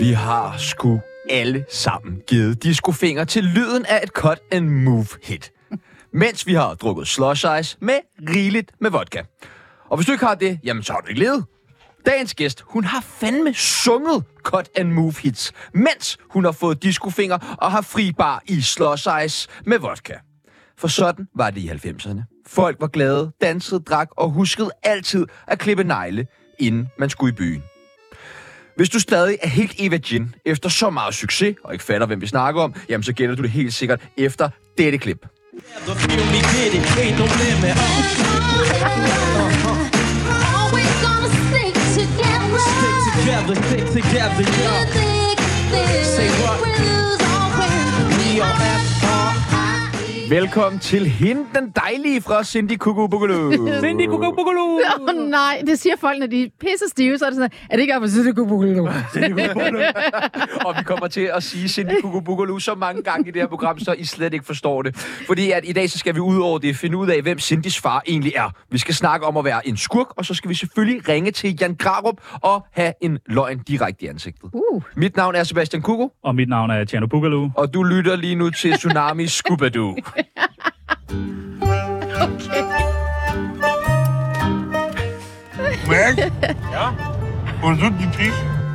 Vi har sgu alle sammen givet discofinger til lyden af et cut and move hit. Mens vi har drukket slush ice med rigeligt med vodka. Og hvis du ikke har det, jamen så har du ikke levet. Dagens gæst, hun har fandme sunget cut and move hits, mens hun har fået discofinger og har fri bar i slush ice med vodka. For sådan var det i 90'erne. Folk var glade, dansede, drak og huskede altid at klippe negle, inden man skulle i byen. Hvis du stadig er helt Eva Jean efter så meget succes, og ikke fatter, hvem vi snakker om, jamen så gælder du det helt sikkert efter dette klip. Velkommen til hende, den dejlige fra Cindy Cuckoo Boogaloo. Cindy Cuckoo Boogaloo. Nej, det siger folk, når de er pisse stive, så er det sådan, er det ikke op for Cindy Cuckoo Boogaloo? Og vi kommer til at sige Cindy Cuckoo Boogaloo så mange gange i det her program, så I slet ikke forstår det. Fordi at i dag så skal vi ud over det finde ud af, hvem Cindys far egentlig er. Vi skal snakke om at være en skurk, og så skal vi selvfølgelig ringe til Jan Grarup og have en løgn direkte i ansigtet. Mit navn er Sebastian Cuckoo. Og mit navn er Tjerno Boogaloo. Og du lytter lige nu til Tsunami Scoopadoo. Okay. Mærk? Ja? Hvor er din pige?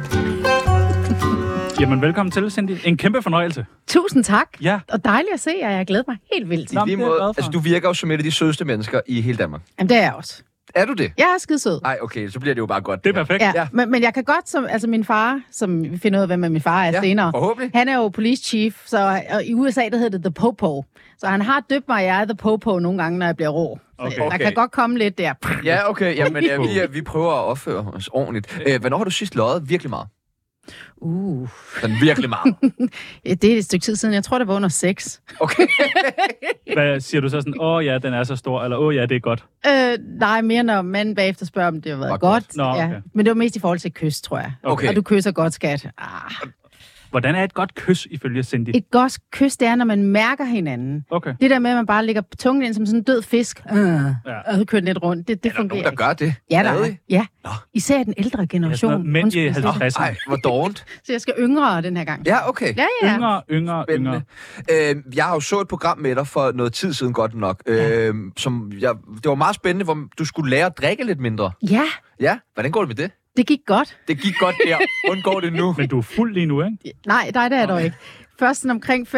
Jamen, velkommen til, Cindy. En kæmpe fornøjelse. Tusind tak. Ja. Og dejligt at se jer. Jeg glæder mig helt vildt. Nå, Lige måde, altså, du virker jo som et af de sødeste mennesker i hele Danmark. Jamen, det er jeg også. Er du det? Jeg er skidesød. Nej, okay, så bliver det jo bare godt. Det er perfekt. Ja. Men jeg kan godt, altså min far, som vi finder ud af, hvem min far er senere. Forhåbentlig. Han er jo police chief, så og i USA, der hedder det The Popo. Så han har døbt mig, jeg er The Popo nogle gange, når jeg bliver rå. Så der kan godt komme lidt der. Ja, okay. Jamen, vi prøver at opføre os ordentligt. Hvornår har du sidst løjet virkelig meget? Sådan virkelig meget. Det er et stykke tid siden. Jeg tror, det var under 6. Okay. Hvad siger du så sådan, ja, den er så stor, eller ja, det er godt? Nej, mere når manden bagefter spørger, om det har været godt. Nå, okay. Ja. Men det var mest i forhold til kys, tror jeg. Okay. Og du kysser godt, skat. Hvordan er et godt kys, ifølge Cindy? Et godt kys, det er, når man mærker hinanden. Okay. Det der med, at man bare lægger tungen ind som sådan en død fisk, og kører lidt rundt, det fungerer nogen, der gør det? Ja, der er. Ja. Nå. Især den ældre generation. Mænd i 50'erne. Nej, hvor dårligt. Så jeg skal yngre den her gang. Ja, okay. Ja. Yngre. Jeg har jo så et program med dig for noget tid siden godt nok, det var meget spændende, hvor du skulle lære at drikke lidt mindre. Ja. Ja, hvordan går det med det? Det gik godt. Det gik godt der. Hvordan går det nu? Men du er fuld lige nu, ikke? Nej, det er dog ikke. Først omkring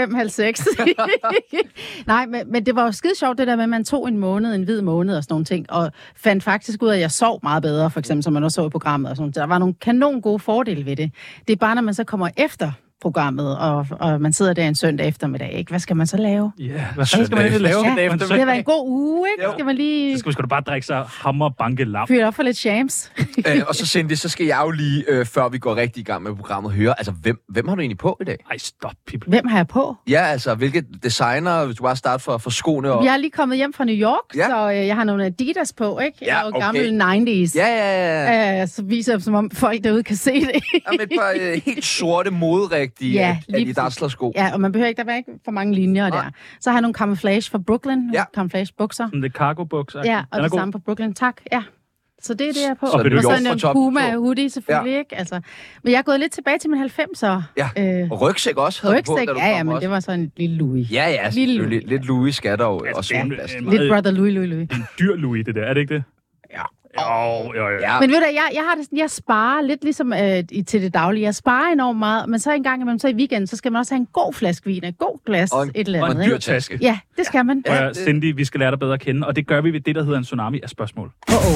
5-6. Nej, men det var jo skide sjovt, det der med, at man tog en hvid måned og sådan nogle ting, og fandt faktisk ud af, at jeg sov meget bedre, for eksempel, som man også så i programmet. Og sådan. Der var nogle kanon gode fordele ved det. Det er bare, når man så kommer efter programmet, og man sidder der en søndag eftermiddag, ikke? Hvad skal man så lave? Ja, hvad skal man ikke lave? Ja, det har været en god uge, ikke? Skal man lige... Så skal du bare drikke sig hammer, banke, lam. Fyre op for lidt shams. Og så Cindy, så skal jeg jo lige, før vi går rigtig i gang med programmet, høre, altså, hvem har du egentlig på i dag? Ej, stop, people. Hvem har jeg på? Ja, altså, hvilke designer, hvis du bare starter for skoene og... Jeg er lige kommet hjem fra New York, så jeg har nogle Adidas på, ikke? Ja, og gamle 90's. Ja. Så viser jeg, som om folk derude kan se det. Med et par helt sorte, moderigtige Adidas-sko. Ja, og man behøver ikke, der var ikke for mange linjer der. Så har jeg nogle camouflage fra Brooklyn, camouflage-bukser. Sådan det cargo-bukser. Ja, og det samme på Brooklyn. Tak, ja. Så det er det, jeg er på. Så og sådan en Puma-hoodie selvfølgelig, ikke? Altså, men jeg er gået lidt tilbage til min 90'er. Ja, og rygsæk også havde rygsæk, på, da du ja, men det var sådan en lille Louis. Ja, selvfølgelig. Lidt Louis skal der jo også. Lidt brother Louis. En dyr Louis, det der, er det ikke det? Ja. Jo. Men ved du, jeg har det sådan, jeg sparer lidt ligesom til det daglige. Jeg sparer enormt meget, men så en gang imellem, så i weekenden, så skal man også have en god flaske vin, et god glas, et eller andet. Og en dyr taske. Ja, det skal man. Ja, Cindy, vi skal lære dig bedre at kende, og det gør vi ved det, der hedder en tsunami af spørgsmål.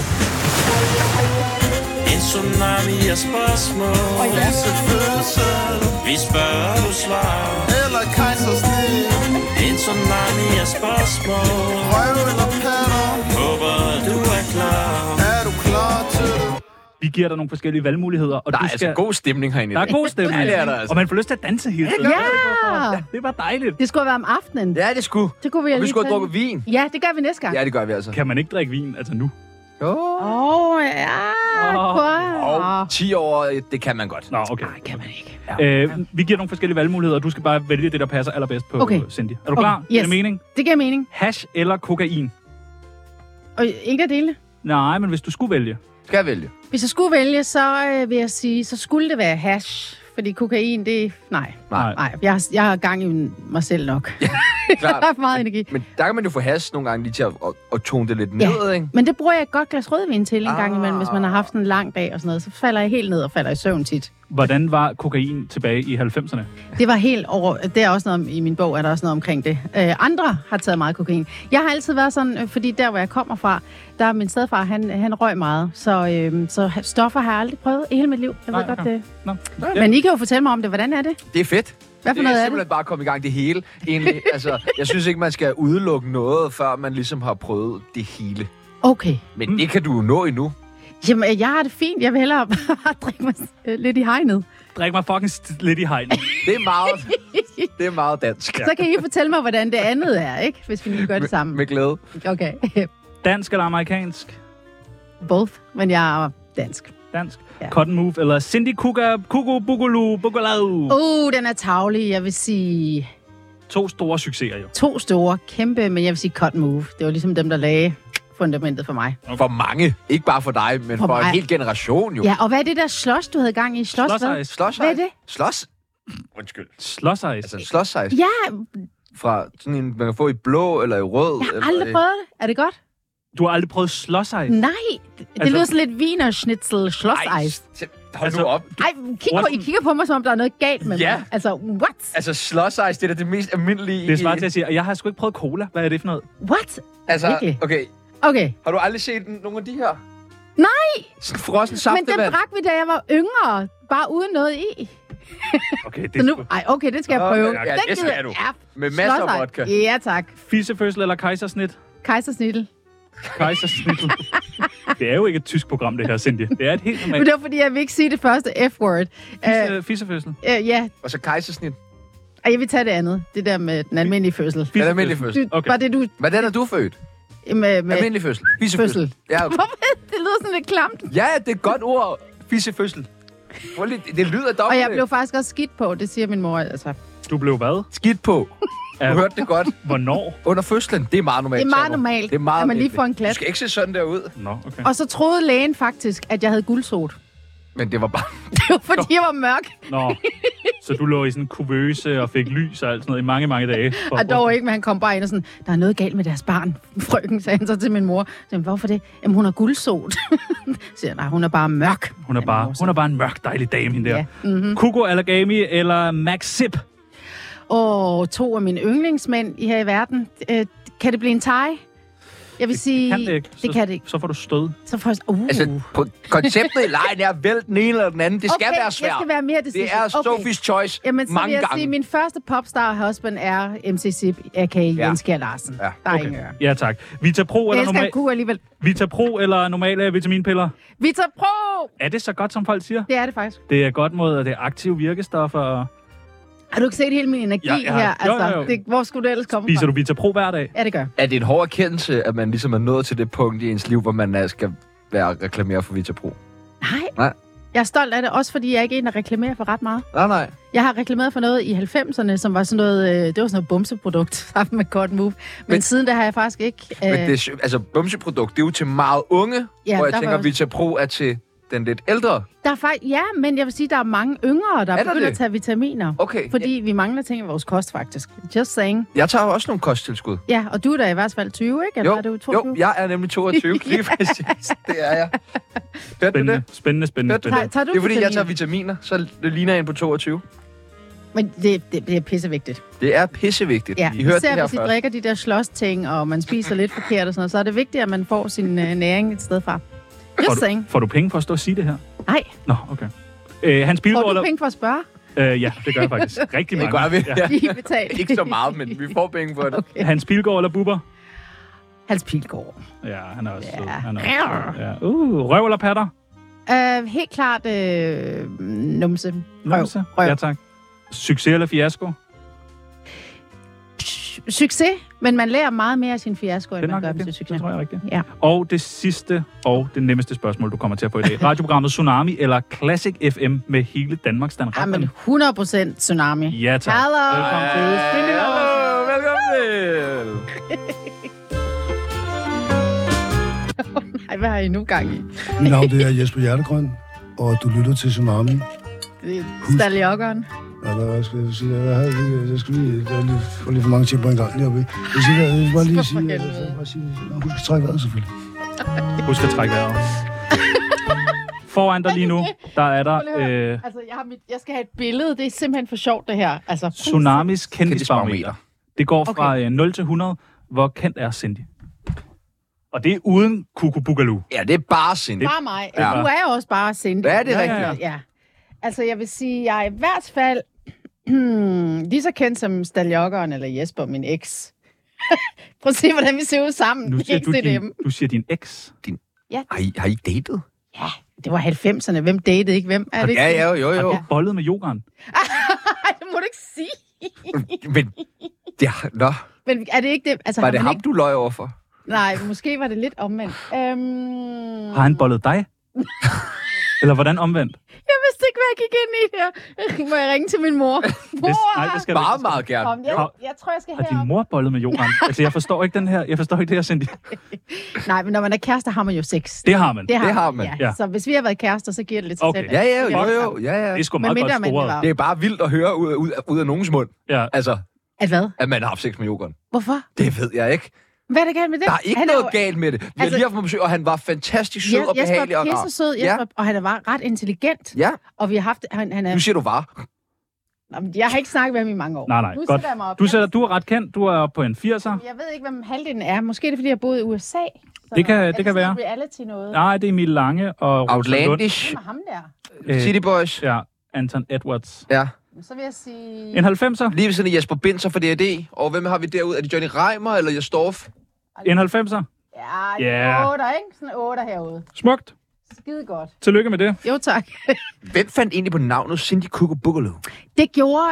En tsunami af spørgsmål. Vi spørger, du svarer. Eller kejsersnit. En tsunami af spørgsmål. Røv eller patter. Håber, du er klar. Er du klar til det? Vi giver dig nogle forskellige valgmuligheder, og der du er skal... altså god stemning herinde. Der er god stemning. Ja, det er der altså. Og man får lyst til at danse hele tiden. Ja! Det er bare dejligt. Det skulle være om aftenen. Ja, det skulle. Det kunne vi og vi skulle have drukket vin. Ja, det gør vi næste gang. Ja, det gør vi altså. Kan man ikke drikke vin, altså nu? Ja. 10 år, det kan man godt. Nå, okay. Nej, kan man ikke. Vi giver nogle forskellige valgmuligheder, og du skal bare vælge det, der passer allerbedst på Cindy. Er du klar? Yes. Giver det mening? Det giver mening. Hash eller kokain? Og ikke at dele. Nej, men hvis du skulle vælge. Skal jeg vælge? Hvis jeg skulle vælge, så vil jeg sige, så skulle det være hash. fordi kokain, det... Nej. Nej. Jeg har gang i mig selv nok. Klart. Der er for meget energi. Men der kan man jo få has nogle gange lige til at tone det lidt ned, ikke? Men det bruger jeg et godt glas rødvin til en gang imellem, hvis man har haft en lang dag og sådan noget. Så falder jeg helt ned og falder i søvn tit. Hvordan var kokain tilbage i 90'erne? Det var helt over... Det er også noget i min bog, er der også noget omkring det. Andre har taget meget kokain. Jeg har altid været sådan, fordi der, hvor jeg kommer fra, der er min stedfar, han røg meget. Så stoffer har jeg aldrig prøvet i hele mit liv. Jeg ved godt det. Nå. Men I kan jo fortælle mig om det. Hvordan er det? Det er fedt. Hvad for Det noget er er simpelthen bare at komme i gang det hele. Egentlig, altså, jeg synes ikke, man skal udelukke noget, før man ligesom har prøvet det hele. Okay. Men det kan du jo nå endnu. Jamen, jeg har det fint. Jeg vil hellere bare drikke mig lidt i hegnet. Drik mig fucking lidt i hegnet. Det er meget dansk. Så kan I fortælle mig, hvordan det andet er, ikke? Hvis vi lige gør det sammen. Med glæde. Okay. Dansk eller amerikansk? Both, men jeg er dansk. Dansk. Ja. Cotton Move eller Cindy Kuku Bugulu Bugalau? Den er tavlig. Jeg vil sige 2 store succeser jo. 2 store, kæmpe, men jeg vil sige Cut Move. Det var ligesom dem, der lagde fundamentet for mig. For mange. Ikke bare for dig, men for en hel generation jo. Ja, og hvad er det der slås, du havde gang i? Slås hvad? Slås Hvad er det? Slås? Undskyld. Slåsice. Altså slåsice. Ja, Fra sådan en, man kan få i blå eller i rød. jeg har aldrig prøvet det. Er det godt? Du har aldrig prøvet slåsice? Nej, det lyder sådan lidt wienerschnitzel slåsice. Hold nu op. Ej, I kigger på mig, som om der er noget galt med mig. Altså, what? Altså slåsice, det er da det mest almindelige. Det er svært til at sige, og jeg har sgu ikke prøvet cola. Hvad er det for noget? What? Altså, Virkelig? okay. Har du aldrig set nogle af de her? Nej! Sådan frossen Men saftevand. den drak vi, da jeg var yngre. Bare uden noget i. Okay, det Så nu, okay, det skal jeg prøve. Ja, det skal du. Ja, Med masser af slåsej. vodka. Ja, tak. Fissefødsel eller kejsersnit? Kejsersnittel. Kejsersnittel. Det er jo ikke et tysk program, det her, Cindy. Det er et helt Men normalt. det var, fordi jeg vil ikke sige det første F-word. Fissefødsel. Ja, Og så kejsersnit. og jeg vil tage det andet. Det der med den almindelige fødsel. En almindelig fødsel. Okay. Var det du... Hvordan er du født? Med Almindelig fødsel. Fissefødsel. Ja, okay. det lyder sådan lidt klamt. Ja, det er et godt ord. Fissefødsel. Det lyder dobbelt. Og jeg blev faktisk også skidt på, det siger min mor. Altså. Du blev hvad? skidt på. Du hørte det godt. Hvornår? Under fødslen. Det er meget normalt. Det er meget normalt, Det er meget at man lige almindeligt. får en klat. Du skal ikke se sådan der ud. Nå, okay. Og så troede lægen faktisk, at jeg havde guldsot. Men det var bare... Det var fordi, jeg var mørk. Nå, så du lå i sådan en kuvøse og fik lys og alt sådan noget i mange, mange dage? Og dog ikke, men han kom bare ind og sådan, der er noget galt med deres barn. Frøken, sagde han så til min mor. Så, hvorfor det? Jamen, hun har guldsot. Så siger jeg, nej, hun er bare mørk. Hun er bare en mørk, dejlig dame, hende der. Ja. Mm-hmm. Kuko Alagami eller Max Zip? 2 af mine yndlingsmænd her i verden. Kan det blive en tie? Jeg vil sige... Kan det ikke? Det kan det ikke. Så får du stød. Så får jeg... Altså, konceptet i lejen er vælge den ene eller den anden. Det skal okay, være svært. det skal være mere Det er Sophie's Choice Jamen, så mange vil jeg gange. sige, min første popstar husband er MC Zip, a.k.a. Jens Kjær Larsen. Ja. Der er Okay. ingen øre. Ja, tak. Vitapro Jeg eller elsker Kuku alligevel. Vitapro eller normale vitaminpiller? Vitapro! Er det så godt, som folk siger? Det er det faktisk. Det er godt mod, at det er aktive virkestoffer. Og... Har du ikke set hele min energi Ja, jeg har- her? Altså, jo. Det, hvor skulle du ellers komme Spiser fra? du Vitapro hver dag? Ja, det gør. Er det en hård erkendelse, at man ligesom er nået til det punkt i ens liv, hvor man skal være reklamere for Vitapro? Nej. Jeg er stolt af det, også fordi jeg er ikke en, der reklamerer for ret meget. Nej. Jeg har reklameret for noget i 90'erne, som var sådan noget, det var sådan noget bumseprodukt sammen med Cotton Move. Men siden der har jeg faktisk ikke... Men det er, altså, bumseprodukt, det er jo til meget unge, Ja, hvor jeg der tænker, var at også- Vitapro er til den lidt ældre. Der er faktisk, ja, men jeg vil sige, der er mange yngre, der Er der begynder det? at tage vitaminer. Okay. Fordi vi mangler ting i vores kost, faktisk. Just saying. Jeg tager også nogle kosttilskud. Ja, og du er da i hvert fald 20, ikke? Eller Jo, er du 22? jo, jeg er nemlig 22. Lige præcis. Det er jeg. Hørte du det? Spændende. Hørte du Tager du Det er fordi, jeg tager vitaminer? vitaminer, så det ligner en på 22. Men det er pissevigtigt. Det er pissevigtigt. Ja, I hørte især det her hvis I først. drikker de der slåsting, og man spiser lidt forkert og sådan noget, så er det vigtigt, at man får sin næring et sted fra. Just saying. Får du penge for at stå og sige det her? Nej, Nå, okay. Hans får Pilgaard... du penge for at spørge? Ja, det gør jeg faktisk. Rigtig Det mange. gør vi. Ja. De er betalt. Ikke så meget, men vi får penge for det. Okay. Hans Pilgaard eller Bubber? Hans Pilgaard. Ja, han er også Ja. sød. Han er også sød. Ja. Røv eller patter? Helt klart numse. Numse? Røv. Ja, tak. Succes eller fiasko? Succes, men man lærer meget mere af sin fiasko, end Det er man nok gør med sin rigtigt. succes. Det tror jeg er rigtigt. Ja. Og det sidste og det nemmeste spørgsmål, du kommer til at få i dag. Radioprogrammet Tsunami eller Classic FM med hele Danmarks Jamen, 100% tsunami. Ja, tak. Hallo. Velkommen til Spindende Lov. Velkommen til. Nej, hvad har I nu gang i? Mit navn det er Jesper Hjertegrøn, og du lytter til Tsunami Staljokkeren. Hvad skal jeg sige? Jeg var lidt for mange ting på en gang deroppe. Jeg vil bare lige sige, husk at trække vejret selvfølgelig. Husk at trække vejret. Foran dig lige nu, der er der Altså, jeg skal have et billede. Det er simpelthen for sjovt, det her. Altså, Tsunamis kendisbarometer. Det går fra 0 til 100. Hvor kendt er Cindy? Og det er uden Cuco Boogaloo. Ja, det er bare Cindy. Bare mig. Ja. Du er jo også bare Cindy. Ja, det er rigtigt. Ja. Altså, jeg vil sige, jeg er i hvert fald lige så kendt som Staljokkeren eller Jesper, min eks. Prøv at se, hvordan vi ser ud sammen. Nu siger du siger din eks. Ja. Har I datet? Ja, det var 90'erne. Hvem datede ikke hvem? Er det ikke? Ja, jo. Har du bollet med yoghurt? Det må du ikke sige. Men, nå, Men er det ikke det? Altså, var har det man ham, ikke... du løj overfor? Nej, måske var det lidt omvendt. Har han bollet dig? Eller hvordan omvendt? Jeg vidste ikke, hvad jeg gik ind i her. Må jeg ringe til min mor? Mor! Nej, det skal du Meget, ikke. meget gerne. Kom, jeg tror, jeg skal Har din herop. mor bollet med yoghurt? Altså, jeg forstår ikke det her, Cindy. Nej, men når man er kærester, har man jo sex. Det har man. Det har man. Ja. Så hvis vi har været kærester, så giver det lidt sig Okay. selv. Ja, Så vi jo. Ja. Det er sgu Men meget mindre godt man scoret. var. Det er bare vildt at høre ud af nogens mund. Ja. Altså, At hvad? at man har haft sex med yoghurt. Hvorfor? Det ved jeg ikke. Hvad er der galt med det? Der er ikke Han noget jo- galt med det. Vi har Altså- lige haft ham på besøg, og han var fantastisk sød og behagelig. Jesper er pissesød, Jesper, og han var ret intelligent. Ja, Og vi har haft... Han er... nu siger du var. Jamen, jeg har ikke snakket med ham i mange år. Nej, Nu godt. sætter jeg mig op. Du er ret kendt. Du er oppe på en 80'er. Jeg ved ikke, hvem halvdelen er. Måske er det, fordi jeg boede i USA. Så Det kan er være. sådan reality noget. Nej, det er Emil Lange og Rosa Lund. Outlandish. Hvem er ham der? City Boys. Ja, Anton Edwards. Ja. Så vil jeg sige... En 90'er. Lige ved siden af Jesper Binzer for D&D. Og hvem har vi derude? Er det Johnny Reimer eller Jastorf? En 90'er. Ja, Ja. 8, ikke? Sådan 8 herude. Smukt. Skide godt. Tillykke med det. Jo, tak. Hvem fandt egentlig på navnet Cindy Cuco Boogaloo? Det gjorde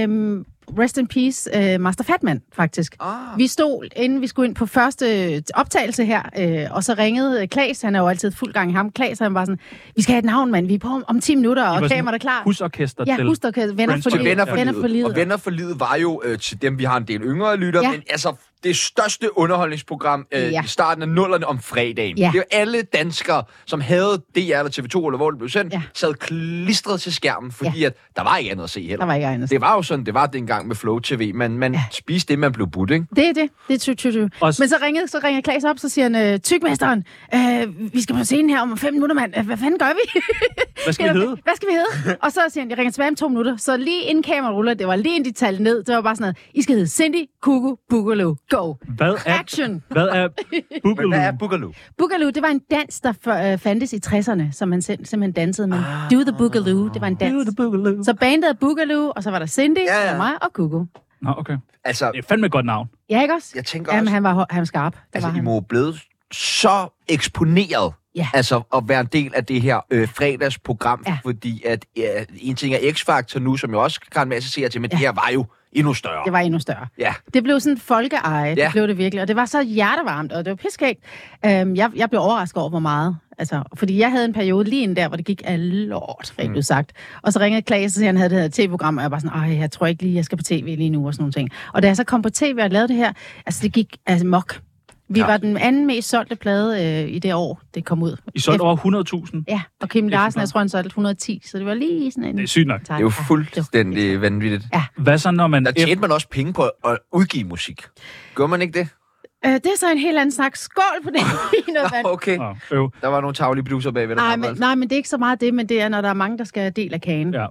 Rest in Peace Master Fatman, faktisk. Vi stod, inden vi skulle ind på første optagelse her, og så ringede Klaas, han er jo altid fuld gang i ham. Klaas, han var sådan, vi skal have et navn, mand. Vi er på om 10 minutter, og kameraet er klar. Husorkester Ja, til. husorkester. Venner for Friends livet. Venner for livet. Og Venner for livet var jo til dem, vi har en del yngre lytter, Ja. men altså det største underholdningsprogram Ja. i starten af 00'erne om fredagen. Ja. Det var alle danskere, som havde DR eller TV2, eller hvor det blev sendt, Ja. sad klistret til skærmen, fordi at der var ikke andet at se heller. Der var ikke andet. Det var jo sådan, det var dengang med Flow TV. Man spiste det, man blev budt, ikke? Det er det. Det er ty. Også- Men så ringer Klaas op, så siger han, tykmesteren, vi skal på scenen her om 5 minutter, mand. Hvad fanden gør vi? Hvad skal vi hedde? Hvad skal vi hedde? Og så siger han, jeg ringer tilbage om 2 minutter. Så lige inden kameraet ruller, det var lige inden de talte ned, det var bare sådan noget, I skal hedde Cindy Cuco Boogaloo. Go. Action. Hvad er Boogaloo? Hvad er Boogaloo? Boogaloo, det var en dans, der fandtes i 60'erne, som man simpelthen dansede med. Do the Boogaloo, det var en dans. Boogaloo. Så bandet er Boogaloo, og så var der Cindy, Ja. og mig og Cuco. Nå, okay. Altså, Det er fandme et godt navn. Ja, ikke også? jeg tænker Jamen, også, han var skarp. Det altså, var I han. må blevet så eksponeret, Ja. altså at være en del af det her fredagsprogram, Ja. fordi at en ting er X-Factor nu, som jeg også kan en masse seere til, men det her var jo endnu større. Det var endnu større. Ja. Det blev sådan folkeeje, Ja. det blev det virkelig. Og det var så hjertevarmt, og det var piskægt. Jeg blev overrasket over, hvor meget. Altså, fordi jeg havde en periode lige inden der, hvor det gik af lort, rent udsagt. Og så ringede Klaas, og så han havde det her tv-program, og jeg var sådan, jeg tror ikke lige, jeg skal på tv lige nu, og sådan nogle ting. Og da jeg så kom på tv og lavede det her, altså det gik mok. Vi var den anden mest solgte plade i det år, det kom ud. I solgte over 100.000. Ja, og Kim Larsen, super. jeg tror, han solgte 110, så det var lige sådan en... Det er sygt nok. Det er jo fuldstændig vanvittigt. Ja. Hvad så, når man... Der tjente man også penge på at udgive musik. Gør man ikke det? Det er så en helt anden snak. Skål på det. Noget vand. Okay. Øv. Der var nogle taglige producer bagved. Nej, men det er ikke så meget det, men det er, når der er mange, der skal have del af kagen. Ja.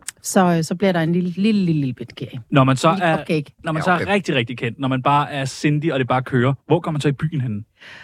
Så bliver der en lille bit kage. Når man så Lille er, cupcake. når man Ja, så er okay. rigtig, rigtig kendt, når man bare er Cindy, og det bare kører, hvor kommer man så i byen henne?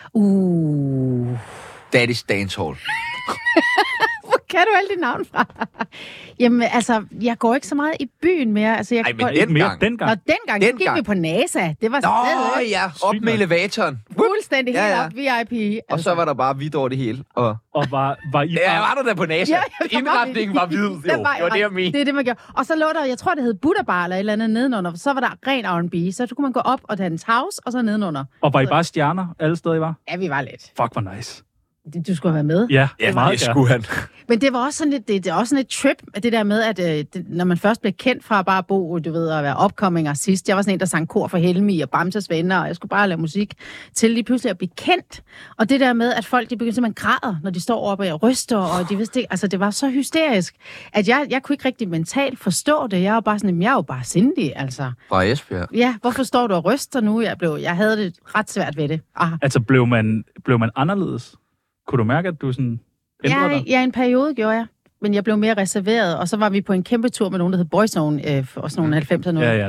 Daddy's Dance Hall. Hvor kan du alle de navn fra? Jamen, altså, jeg går ikke så meget i byen mere. Altså, jeg Ej, men går... det- Mere Dengang. dengang. Nå, dengang gik vi Dengang. på NASA. Det var Nå stadig ja, op Sygt med nok. elevatoren. fuldstændig Ja, helt ja. op VIP. Og så var der bare hvidt over det hele. Og Og var I ja, var du der på NASA? Ja, jeg var Indretningen var hvid. Jo, det var det, jeg mente. Det er det, man gjorde. Og så lå der, jeg tror, det hed Buddha Bar eller et eller andet nedenunder. Så var der ren R&B. Så kunne man gå op og danse house, og så nedenunder. Og var I bare stjerner alle steder, I var? Ja, vi var lidt. Fuck, hvor nice. Du skulle have været med. Ja, Ja, meget det gerne. skulle han. Men det var også sådan lidt, det er også sådan et trip, det der med, at når man først blev kendt fra bare at bo, du ved, at være upcoming artist. Jeg var sådan en, der sang kor for Helmi og Bamses venner, og jeg skulle bare lave musik til lige pludselig at blive kendt. Og det der med, at folk, de begyndte simpelthen græder, når de står oppe og ryster, og de vidste ikke, altså det var så hysterisk, at jeg kunne ikke rigtig mentalt forstå det. Jeg var bare sådan, jeg er jo bare Cindy, altså. Fra Esbjerg. Ja, hvorfor står du og ryster nu? Jeg havde det ret svært ved det. Altså, blev man anderledes? Kunne du mærke, at du sådan ændrede dig? Ja, en periode gjorde jeg. Men jeg blev mere reserveret, og så var vi på en kæmpe tur med nogen, der hed Boyzone, for sådan nogle 90'er noget.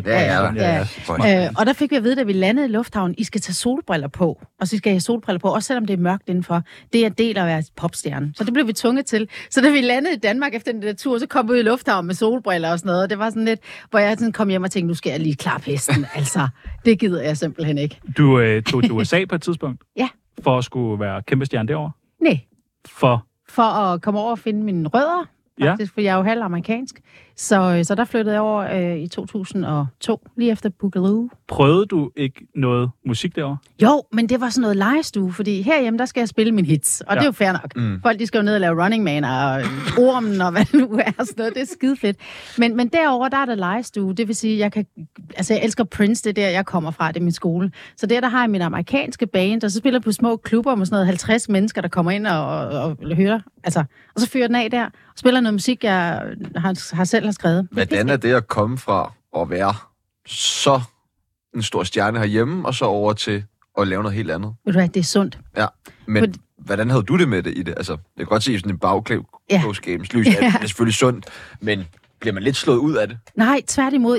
Ja. Og der fik vi at vide, da vi landede i lufthavnen, I skal tage solbriller på, og så skal I have solbriller på, også selvom det er mørkt indenfor. Det er en del af at være popstjerne. Så det blev vi tvunget til. Så da vi landede i Danmark efter den der tur, så kom vi ud i lufthavnen med solbriller og sådan noget. Og det var sådan lidt, hvor jeg sådan kom hjem og tænkte, nu skal jeg lige klappe hesten. Altså, det gider jeg simpelthen ikke. Du tog til USA på et tidspunkt? Ja. For at skulle være kæmpe stjerne derovre? Nej. For at komme over og finde mine rødder, faktisk, for jeg er jo halv amerikansk. Så der flyttede jeg over i 2002, lige efter Boogaloo. Prøvede du ikke noget musik derovre? Jo, men det var sådan noget legestue, fordi herhjemme, der skal jeg spille mine hits, og det er jo fair nok. Folk, de skal jo ned og lave Running Man og Ormen og hvad det nu er, sådan noget. Det er skide fedt. Men derovre, der er der legestue, det vil sige, jeg elsker Prince, det er der, jeg kommer fra, det er min skole. Så der har jeg min amerikanske band, og så spiller på små klubber med sådan noget 50 mennesker, der kommer ind og hører. Altså, og så fyrer den af der, og spiller noget musik, jeg har selv skrevet. Hvordan er det at komme fra at være så en stor stjerne herhjemme, og så over til at lave noget helt andet? Ved du hvad, det er sundt. Ja, men hvordan havde du det med det i det? Altså, jeg kan godt se sådan en bagklogskabens lys, det er selvfølgelig sundt, men bliver man lidt slået ud af det? Nej, tværtimod.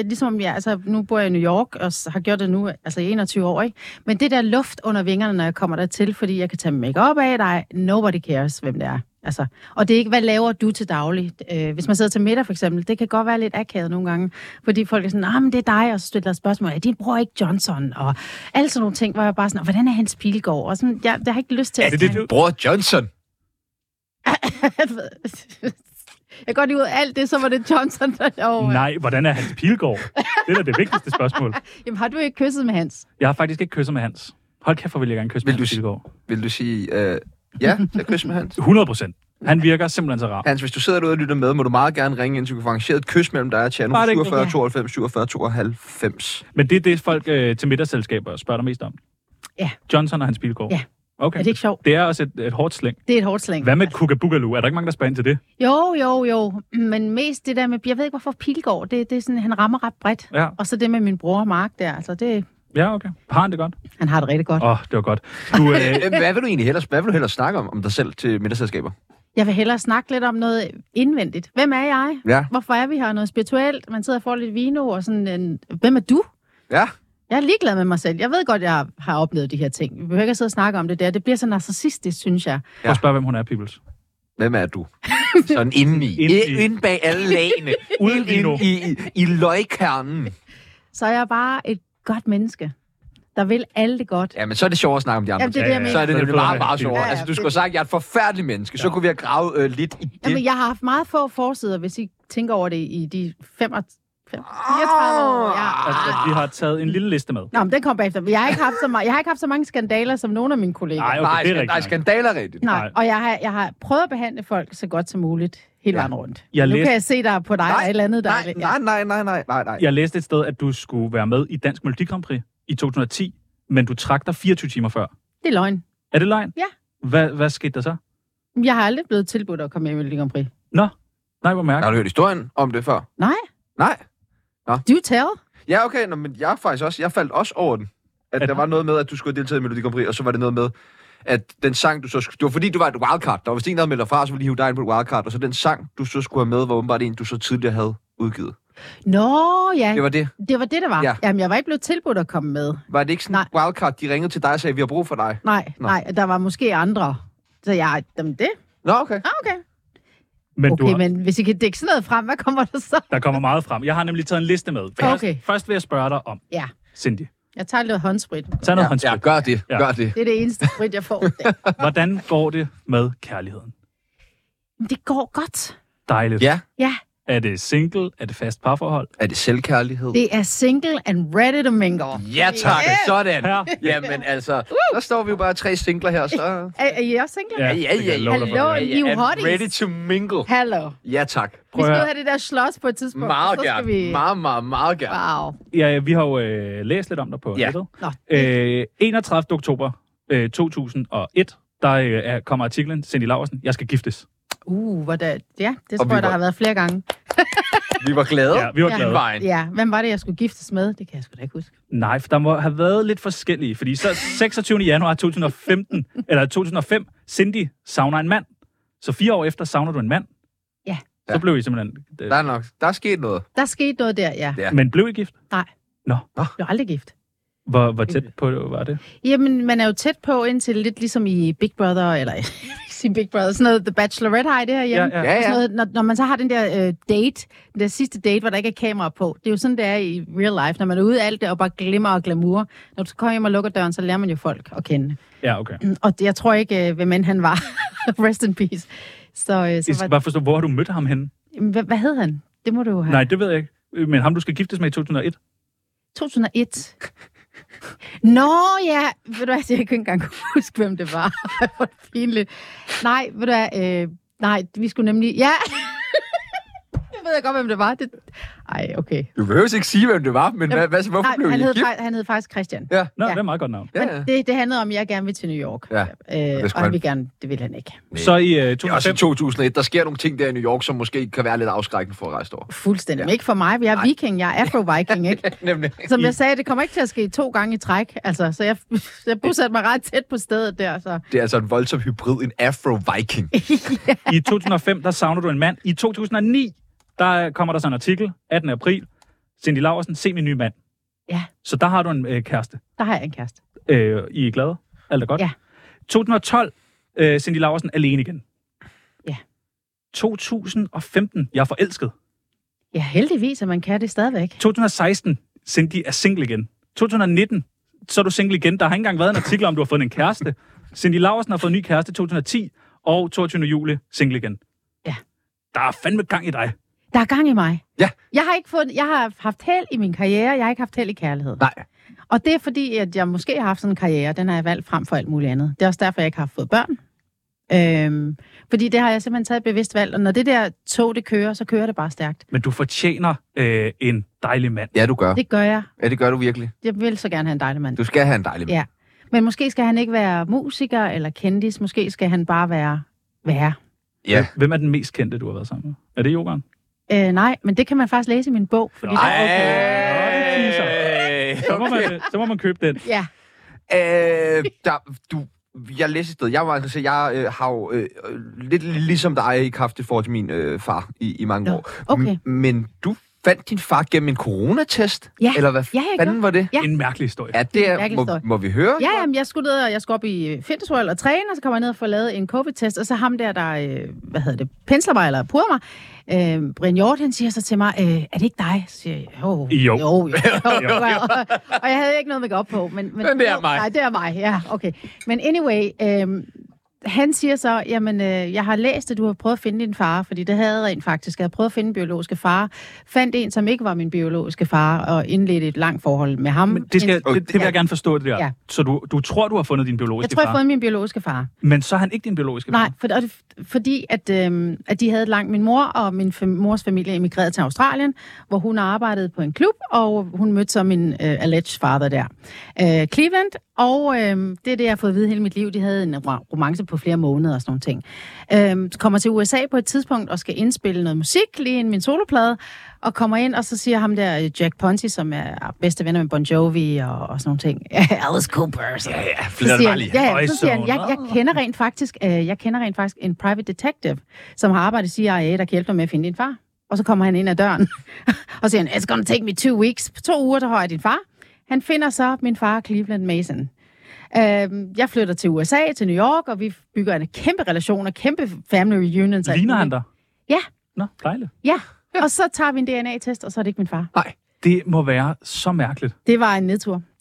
Nu bor jeg i New York, og har gjort det nu i 21 år, ikke? Men det der luft under vingerne, når jeg kommer dertil, fordi jeg kan tage make-up af dig, nobody cares, hvem det er. Altså, og det er ikke, hvad laver du til daglig? Hvis man sidder til middag for eksempel, det kan godt være lidt akavet nogle gange, fordi folk er sådan, men det er dig, og så stiller der spørgsmål, er din bror ikke Johnson? Og alle sådan nogle ting, hvor jeg bare sådan, hvordan er Hans Pilgaard? Og sådan, jeg har ikke lyst til at... Er det bror Johnson? Jeg går lige ud af alt det, så var det Johnson, der derovre. Nej, hvordan er Hans Pilgaard? Det er det vigtigste spørgsmål. Jamen, har du ikke kysset med Hans? Jeg har faktisk ikke kysset med Hans. Hold kæft, hvor vil jeg gerne kysse med Hans Pilgaard. Vil du sige, ja, jeg kysser med Hans? 100%. Han virker simpelthen så rar. Hans, hvis du sidder derude og lytter med, må du meget gerne ringe ind, så du kan få arrangeret et kys mellem dig og Tjerno. 47 92 47 92. Men det er det, folk til middagsselskaber spørger dig mest om? Ja. Johnson og Hans Pilgaard? Ja. Okay. Er det ikke sjovt? Det er også et hårdt slæng. Det er et hårdt slæng. Hvad med Kuka Boogaloo? Er der ikke mange, der spørger ind til det? Jo. Men mest det der med, jeg ved ikke, hvorfor Pilgaard, det er sådan, han rammer ret bredt. Ja. Og så det med min bror Mark der, altså det... Ja, okay. Har han det godt? Han har det rigtig godt. Det var godt. Hvad vil du egentlig hellere snakke om dig selv til middagsselskaber? Jeg vil hellere snakke lidt om noget indvendigt. Hvem er jeg? Ja. Hvorfor er vi her? Noget spirituelt? Man sidder og får lidt vino og sådan hvem er du? Ja. Jeg er ligeglad med mig selv. Jeg ved godt, jeg har oplevet de her ting. Vi behøver ikke at sidde og snakke om det der. Det bliver så narcissistisk, synes jeg. Prøv at spørge, hvem hun er, Peoples. Hvem er du? Sådan indeni. Inde bag alle lagene. Uden i løgkernen. Så er jeg bare et godt menneske, der vil alle det godt. Ja, men så er det sjovt at snakke om de andre. Jamen, det er det, jeg mener. Så er det nemlig meget sjovt. Ja, altså, du skulle have sagt, at jeg er et forfærdeligt menneske. Så kunne vi have gravet lidt i det. Jamen, jeg har haft meget få forsider, hvis I tænker over det i de 34 år. Altså, vi har taget en lille liste med. Nå, men den kom bagefter. Jeg har ikke haft så mange skandaler som nogle af mine kolleger. Nej, skandaler rigtigt. Nej, og jeg har prøvet at behandle folk så godt som muligt hele vejen rundt. Nu kan jeg se dig på dig og et eller andet. Nej. Jeg læste et sted, at du skulle være med i Dansk Melodi Grand Prix i 2010, men du trak dig 24 timer før. Det er løgn. Er det løgn? Ja. Hvad skete der så? Jeg har aldrig blevet tilbudt at komme med i Melodi Grand Prix. Nå, nej, hvor mærkeligt. Har du hørt historien om det før? Nej. Nå. Do tell? Ja, okay, men jeg faldt også over den. At der var noget med, at du skulle deltage i Melodi Grand Prix, og så var det noget med, at den sang, du så skulle... Det var fordi, du var et wildcard. Der var vist ikke noget med dig fra, så ville de hive dig ind på et wildcard, og så den sang, du så skulle have med, var åbenbart en, du så tidligere havde udgivet. Nå, ja. Det var det? Det var det, der var. Ja. Jamen, jeg var ikke blevet tilbudt at komme med. Var det ikke sådan en wildcard, de ringede til dig og sagde, vi har brug for dig? Nej, der var måske andre. Så det? Nå, okay. Okay. Men men hvis I kan dække sådan noget frem, hvad kommer der så? Der kommer meget frem. Jeg har nemlig taget en liste med. Først vil jeg spørge dig om, Cindy. Jeg tager lidt håndsprit. Tag noget håndsprit. Ja, gør det. Det er det eneste sprit, jeg får. Hvordan går det med kærligheden? Det går godt. Dejligt. Ja. Ja, Er det single? Er det fast parforhold? Er det selvkærlighed? Det er single and ready to mingle. Ja, tak. Sådan. Ja. Jamen altså, så står vi jo bare 3 singler her, så... Er I også single? Ja, det kan jeg love dig for. Hallo, you and hotties. ready to mingle. Hallo. Ja, tak. Vi Prøv skal at ud høre. have det der slås på et tidspunkt. Meget så skal gerne. vi... Meget gerne. Wow. Ja, vi har jo læst lidt om dig på Ja. nettet. Nå, 31. oktober 2001, der kommer artiklen, Cindy Laursen, jeg skal giftes. hvor det... Ja, det Og tror vi jeg, der var- har været flere gange. Vi var glade. Ja, vi var Ja. glade. Vejen. Ja, hvem var det, jeg skulle giftes med? Det kan jeg sgu da ikke huske. Nej, for der må have været lidt forskellige, fordi så 26. januar 2005, Cindy savner en mand. Så 4 år efter savner du en mand. Ja. Så Ja. blev I simpelthen... Der er sket noget. Der skete noget der, ja. Ja. Men blev I gift? Nej. Nå, Jeg blev aldrig gift. hvor tæt på var det? Jamen, man er jo tæt på indtil lidt ligesom i Big Brother, eller i Big Brother, sådan noget The Bachelorette har I det her hjemme. Ja. Ja, Sådan ja. noget, når man så har den der date, den der sidste date, hvor der ikke er kamera på. Det er jo sådan, det er i real life, når man er ude af alt det og bare glimmer og glamour. Når du så kommer hjem og lukker døren, så lærer man jo folk at kende. Ja, okay. Og jeg tror ikke, hvem end han var. Rest in peace. Så Jeg skal bare forstå, hvor har du mødt ham henne? hvad hed han? Det må du jo have. Nej, det ved jeg ikke. Men ham, du skal giftes med i 2001? 2001. Nå ja, ved du hvad, jeg kan ikke engang huske, hvem det var. Hvor pinligt. Nej, ved du hvad, nej, vi skulle nemlig, ja, jeg ved godt, hvem det var. Ej, okay. Du behøver ikke sige, hvem det var, men hvorfor Nej, blev I gift? han hed faktisk Christian. Ja. Nå, Ja. det er et meget godt navn. Men Ja. det handlede om, at jeg gerne vil til New York. Ja, Og skulle han han- vil gerne, det vil han ikke. Så i Det er også i 2005... 2001. Der sker nogle ting der i New York, som måske kan være lidt afskrækkende for at rejse over. Fuldstændig. Ja. Men ikke for mig, jeg er viking, jeg er afro-viking, ikke? Nemlig. Som jeg sagde, det kommer ikke til at ske 2 gange i træk. Altså, så jeg bosatte mig ret tæt på stedet der, så... Det er altså en voldsom hybrid, en afro-viking. I 2005, der savner du en mand. I 2009, der kommer der så en artikel, 18. april. Cindy Laursen, se min nye mand. Ja. Så der har du en kæreste. Der har jeg en kæreste. I er glade? Alt er godt? Ja. 2012, Cindy Laursen, alene igen. Ja. 2015, jeg er forelsket. Ja, heldigvis, at man kan det stadigvæk. 2016, Cindy er single igen. 2019, så er du single igen. Der har ikke engang været en artikel om, du har fået en kæreste. Cindy Laursen har fået en ny kæreste i 2010, og 22. juli single igen. Ja. Der er fandme gang i dig. Der er gang i mig. Ja. Jeg har haft held i min karriere, jeg har ikke haft held i kærlighed. Nej. Og det er fordi, at jeg måske har haft sådan en karriere, den har jeg valgt frem for alt muligt andet. Det er også derfor, jeg ikke har fået børn. Fordi det har jeg simpelthen taget et bevidst valg, og når det der tog, det kører, så kører det bare stærkt. Men du fortjener en dejlig mand. Ja, du gør. Det gør jeg. Ja, det gør du virkelig. Jeg vil så gerne have en dejlig mand. Du skal have en dejlig mand. Ja. Men måske skal han ikke være musiker eller kendis, måske skal han bare være. Ja. Hvem er den mest kendte, du har været sammen med? Er det Jokeren? Nej, men det kan man faktisk læse i min bog. Fordi Så må man købe den. Ja, Jeg læste et sted. Jeg har jo lidt ligesom dig ikke haft et forhold til min far i mange Nå, år. okay. Men du fandt din far gennem en coronatest? Ja. Eller hvad Ja, jeg fanden var det? Ja. En mærkelig historie. Ja, det en er, mærkelig historie. må vi høre? ja, jamen, jeg skulle op i Fitness World og træne, og så kommer jeg ned og får lavet en covid-test, og så ham der pensler mig, eller pudrer mig, Brian Hjort, han siger så til mig, er det ikke dig? Så siger jeg, jo. Og jeg havde ikke noget make-up på. Men det er mig. Nej, det er mig, ja, okay. Men anyway, han siger så, jamen, jeg har læst, at du har prøvet at finde din far, fordi det havde jeg rent faktisk. Jeg havde prøvet at finde en biologiske far, fandt en, som ikke var min biologiske far, og indledte et langt forhold med ham. Men det vil jeg gerne forstå, det der. Ja. Så du tror, du har fundet din biologiske Jeg tror, jeg far, har fået min biologiske far. men så er han ikke din biologiske far? Nej, fordi at de havde langt min mor og min mors familie emigreret til Australien, hvor hun arbejdede på en klub, og hun mødte så min alleged father der. Cleveland, og det er det, jeg har fået at vide hele mit liv. De havde en romance på flere måneder og sådan nogle ting. Kommer til USA på et tidspunkt og skal indspille noget musik, lige en min soloplade, og kommer ind, og så siger ham der Jack Ponti, som er bedste venner med Bon Jovi og sådan nogle ting. Alice Cooper. Så. Ja, Så siger han, så siger han, Øjsson. jeg kender rent faktisk en private detective, som har arbejdet i CIA, der kan hjælpe dig med at finde din far. Og så kommer han ind ad døren, og siger han, it's gonna take me 2 weeks. På 2 uger, der har jeg din far. Han finder så min far, Cleveland Mason. Jeg flytter til USA, til New York, og vi bygger en kæmpe relation og kæmpe family reunions. Ligner han dig? Ja. Nå, dejligt. Ja, og så tager vi en DNA-test, og så er det ikke min far. Nej. Det må være så mærkeligt. Det var en nedtur.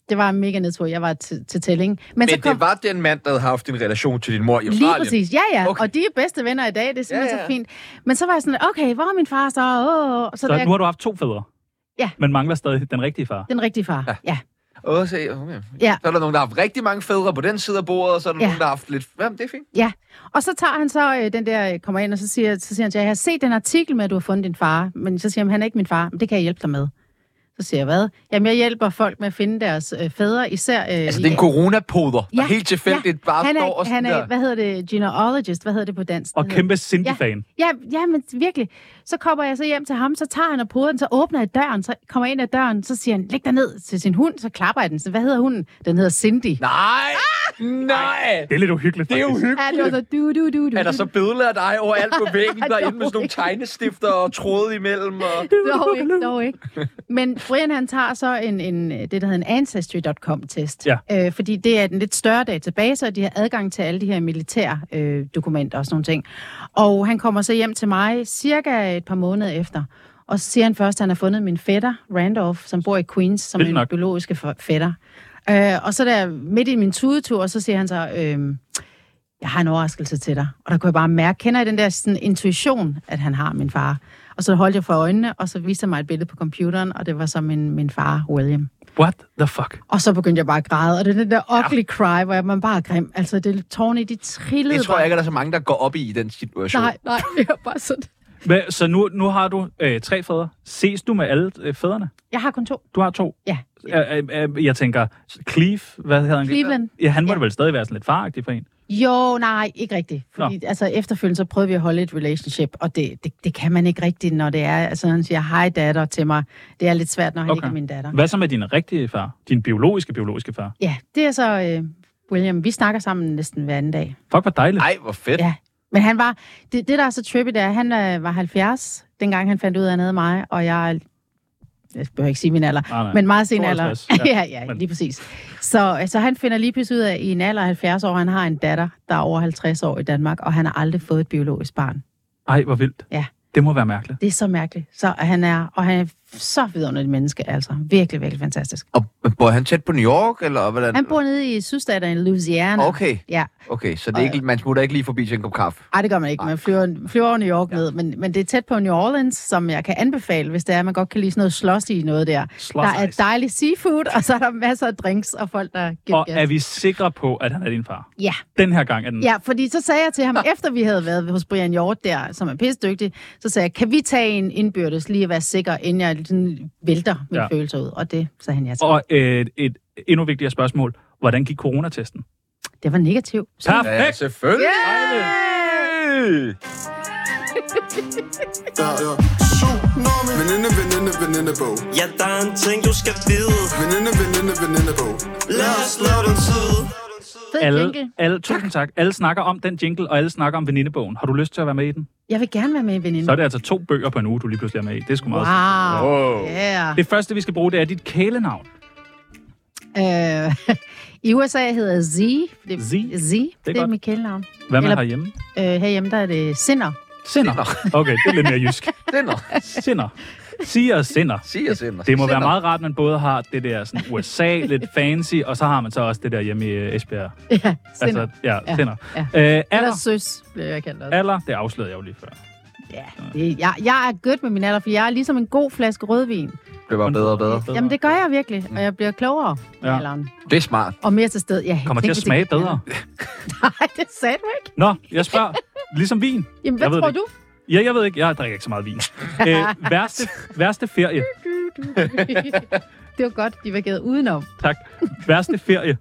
det var en mega nedtur. Jeg var til tælling. Men så det var den mand, der havde haft en relation til din mor i Australien? Lige præcis, ja. Okay. Og de er bedste venner i dag, det er simpelthen så fint. Men så var jeg sådan, okay, hvor er min far så? Så nu har du haft 2 fædre? Ja. Men mangler stadig den rigtige far? Den rigtige far, ja. Okay. Ja. Så er der nogen, der har haft rigtig mange fædre på den side af bordet, og så er der nogen, der har haft lidt... Jamen, det er fint. Ja, og så tager han så den der, kommer ind, og så siger han til, jeg har set den artikel med, at du har fundet din far, men så siger han er ikke min far, men det kan jeg hjælpe dig med. Så siger jeg, hvad? Jamen, jeg hjælper folk med at finde deres fædre, især... Altså, det er en coronapoder, der helt tilfældigt bare han er, står og sådan han er, der. hvad hedder det, genealogist, hvad hedder det på dansk? Og kæmpe Cindy-fan. Ja, men virkelig. Så kommer jeg så hjem til ham, så tager han og poder den, så åbner jeg døren, så kommer jeg ind ad døren, så siger han, læg dig ned til sin hund, så klapper jeg den. Så hvad hedder hunden? Den hedder Cindy. Nej! Det er lidt uhyggeligt, Det er faktisk. uhyggeligt. Ja, det var så du. Er der så billeder af dig overalt på væggen, derinde med sådan nogle tegnestifter og tråde imellem? Og... Dog ikke. Men Brian, han tager så det, der hedder en Ancestry.com-test. Ja. Fordi det er en lidt større database, og de har adgang til alle de her militære dokumenter og sådan nogle ting. Og han kommer så hjem til mig cirka et par måneder efter. Og så siger han først, at han har fundet min fætter, Randolph, som bor i Queens, som er en biologiske fætter. Og så der midt i min tudetur, så siger han så, jeg har en overraskelse til dig. Og der kunne jeg bare mærke, kender I den der sådan, intuition, at han har min far? Og så holdt jeg for øjnene, og så viste jeg mig et billede på computeren, og det var så min far, William. What the fuck? Og så begyndte jeg bare at græde, og det er den der ugly cry, hvor man bare er grim. Altså, det tårne, de trillede. Det tror jeg ikke, at der er så mange, der går op i den situation. Nej, det er bare sådan. Så nu har du 3 fædre. Ses du med alle fædrene? Jeg har kun 2. Du har 2? Ja. Jeg tænker, hvad hedder han? Cleveland. Ja, han må vel stadig være sådan lidt faragtig for en. Jo, nej, ikke rigtigt. Fordi altså, efterfølgende så prøvede vi at holde et relationship, og det kan man ikke rigtigt, når det er, altså han siger, hej datter til mig. Det er lidt svært, når han ikke er min datter. Hvad så med din rigtige far? Din biologiske far? Ja, det er så William. Vi snakker sammen næsten hver anden dag. Fuck, hvor dejligt. Ej, hvor fedt. Ja, men han var, det der er så trippy, det er, han var 70, dengang han fandt ud af, at han havde mig, og jeg behøver ikke sige min alder, men meget sen alder. Ja, lige præcis. Så han finder lige pludselig ud af, i en alder af 70 år, han har en datter, der er over 50 år i Danmark, og han har aldrig fået et biologisk barn. Ej, hvor vildt. Ja. Det må være mærkeligt. Det er så mærkeligt. Han er så vidunderligt menneske, altså. Virkelig, virkelig fantastisk. Og bor han tæt på New York, eller hvordan? Han bor nede i sydstaten i Louisiana. Okay. Ja. Okay, så det er ikke, man smutter ikke lige forbi til en kop kaffe? Nej, det gør man ikke. Man flyver over New York ned, men det er tæt på New Orleans, som jeg kan anbefale, hvis det er, man godt kan lide sådan noget slås i noget der. Der er dejlig seafood, og så er der masser af drinks og folk, der giver Og er vi sikre på, at han er din far? Ja. Den her gang er den. Ja, fordi så sagde jeg til ham, efter vi havde været hos Brian Hjort der, som er pissedygtig, så sagde jeg, kan vi tage en indbyrdes lige at være sikker, inden jeg sådan vælter mine følelser ud? Og det sagde han ja til. Og et endnu vigtigere spørgsmål. Hvordan gik coronatesten? Det var negativt. Perfekt! Ja, selvfølgelig! Yeah! Venindebog. Ja, der er en ting, du skal vide. Venindebog. Lad os slå den tid. Alle, tusind tak. Alle snakker om den jingle, og alle snakker om venindebogen. Har du lyst til at være med i den? Jeg vil gerne være med i veninde. Så er det altså 2 bøger på en uge, du lige pludselig er med i. Det er sgu meget wow. Yeah. Det første, vi skal bruge, det er dit kælenavn. I USA hedder Z. Z? Det er mit kælenavn. Hvad med herhjemme? Herhjemme, der er det Sinner. Sinner. Okay, det er lidt mere jysk. Sinner. Siger Sinner. Det må være meget rart, man både har det der sådan USA, lidt fancy, og så har man så også det der hjemme i Esbjerg. Ja, Sinner. Altså, Sinner. Ja. Eller Søs, blev jeg kaldt også. Alder, det afslørede jeg jo lige før. Ja, jeg er good med min alder, for jeg er ligesom en god flaske rødvin. Det var bedre og bedre. Jamen, det gør jeg virkelig, og jeg bliver klogere med alderen. Det er smart. Og mere til sted. Ja, kommer til at smage bedre. Nej, det sagde du ikke. Nå, jeg spørger. Ligesom vin. Jamen, hvad tror du? Ja, jeg ved ikke. Jeg drikker ikke så meget vin. Værste ferie. Det var godt, de var givet udenom. Tak. Værste ferie.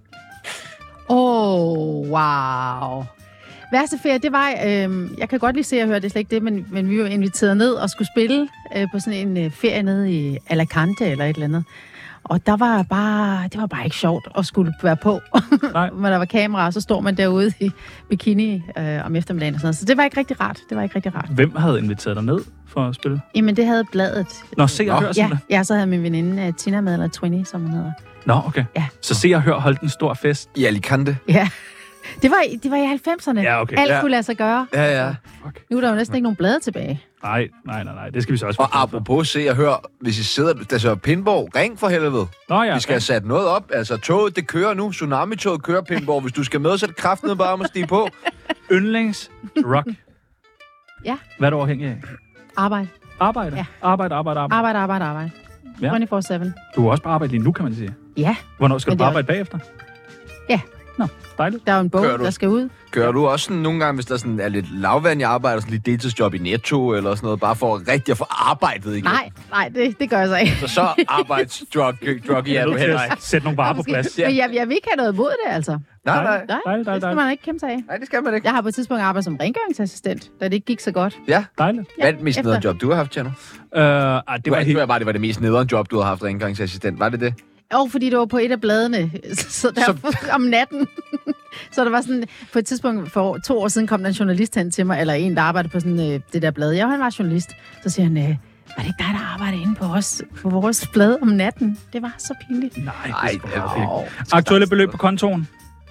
Wow. Værste ferie, det var, jeg kan godt lige se og høre, det er slet ikke det, men vi var inviteret ned og skulle spille på sådan en ferie nede i Alicante eller et eller andet. Og det var bare ikke sjovt at skulle være på. Når der var kamera, så står man derude i bikini om eftermiddagen og sådan noget. Så det var ikke rigtig rart. Hvem havde inviteret dig ned for at spille? Jamen, det havde bladet. Nå, Se og Hør simpelthen? Ja, så havde min veninde Tina med, eller Twinny, som hun hedder. Nå, okay. Ja. Så Se og Hør holdt en stor fest? I Alicante? Ja. Det var i 90'erne. Ja, okay. Alt kunne lade sig gøre. Ja. Nu er der jo næsten ikke nogen blade tilbage. Nej. Det skal vi så også Og apropos se og hør, hvis I sidder... Altså, Pindborg, ring for helvede. Nå ja. Vi skal have sat noget op. Altså, toget, det kører nu. Tsunami-toget kører, Pindborg. Hvis du skal med, så er det kraften bare om at stige på. Yndlingsrock. Ja. Hvad er du afhængig af? Arbejde. Arbejde? Ja. Arbejde. Ja. 24/7. Du er også på arbejde lige nu, kan man sige. Ja. Hvornår skal Men du på det er arbejde bagefter? Ja. Nå, dejligt. Der er jo en bog, Kører du? der skal ud. Kører du også sådan nogle gange, hvis der sådan er lidt lavvand i arbejde, sådan lidt deltidsjob i Netto eller sådan noget, bare for rigtig at få arbejdet igen? Nej, det gør jeg så ikke. Så arbejdsdrug i Jeg er er du nødt til heller at ikke. sætte nogle varer på plads. Men jeg vil ikke have noget imod det, altså. Nej. Nej, det skal man ikke kæmpe sig af. Nej, det skal man ikke. Jeg har på et tidspunkt arbejdet som rengøringsassistent, da det ikke gik så godt. Ja. Dejligt. Hvad er det mest nederen job, du har haft, Tjerno? Det var helt... Det var det mest nederen job, du har haft rengøringsassistent. Var det det? Og fordi det var på et af bladene, så der om natten. Så der var sådan, på et tidspunkt for 2 år siden kom der en journalist hen til mig, eller en, der arbejdede på sådan det der blad. Han var journalist. Så siger han, var det ikke dig, der arbejdede inde på vores blad om natten? Det var så pinligt. Nej, Nej, det er aktuelle beløb på kontoen?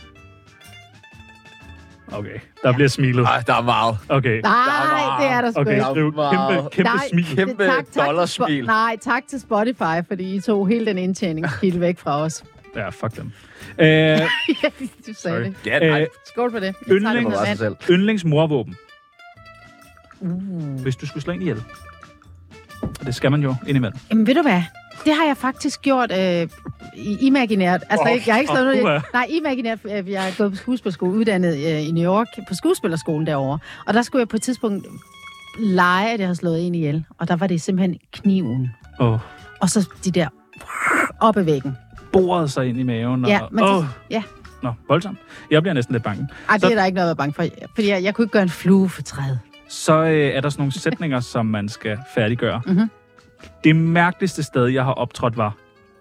Okay, der bliver smilet. Nej, der er meget. Okay. Nej, det er der sgu Okay, ikke. skriv kæmpe Nej, smil. Kæmpe dollarsmil. til nej, tak til Spotify, fordi I tog hele den indtjeningskilde væk fra os. Ja, fuck dem. Du sagde Sorry. det. Ja, nej. Skål for det. Jeg tager Yndlings- lidt Det var vand. sig selv. Yndlingsmorvåben. Hvis du skulle slå en ihjel. Og det skal man jo indimellem. Jamen, ved du hvad? Det har jeg faktisk gjort imaginært. Altså, jeg har ikke slået noget. Nej, imaginært. Jeg er gået på skuespillerskole, uddannet i New York, på skuespillerskolen derovre. Og der skulle jeg på et tidspunkt lege, at jeg havde slået en ihjel. Og der var det simpelthen kniven. Og så de der op ad væggen. Borede sig ind i maven. Ja, og, men ja. Nå, voldsomt. Jeg bliver næsten lidt bange. Ej, det er der ikke noget at være bange for. Fordi jeg kunne ikke gøre en flue for træet. Så er der sådan nogle sætninger, som man skal færdiggøre. Mhm. Det mærkeligste sted, jeg har optrådt, var...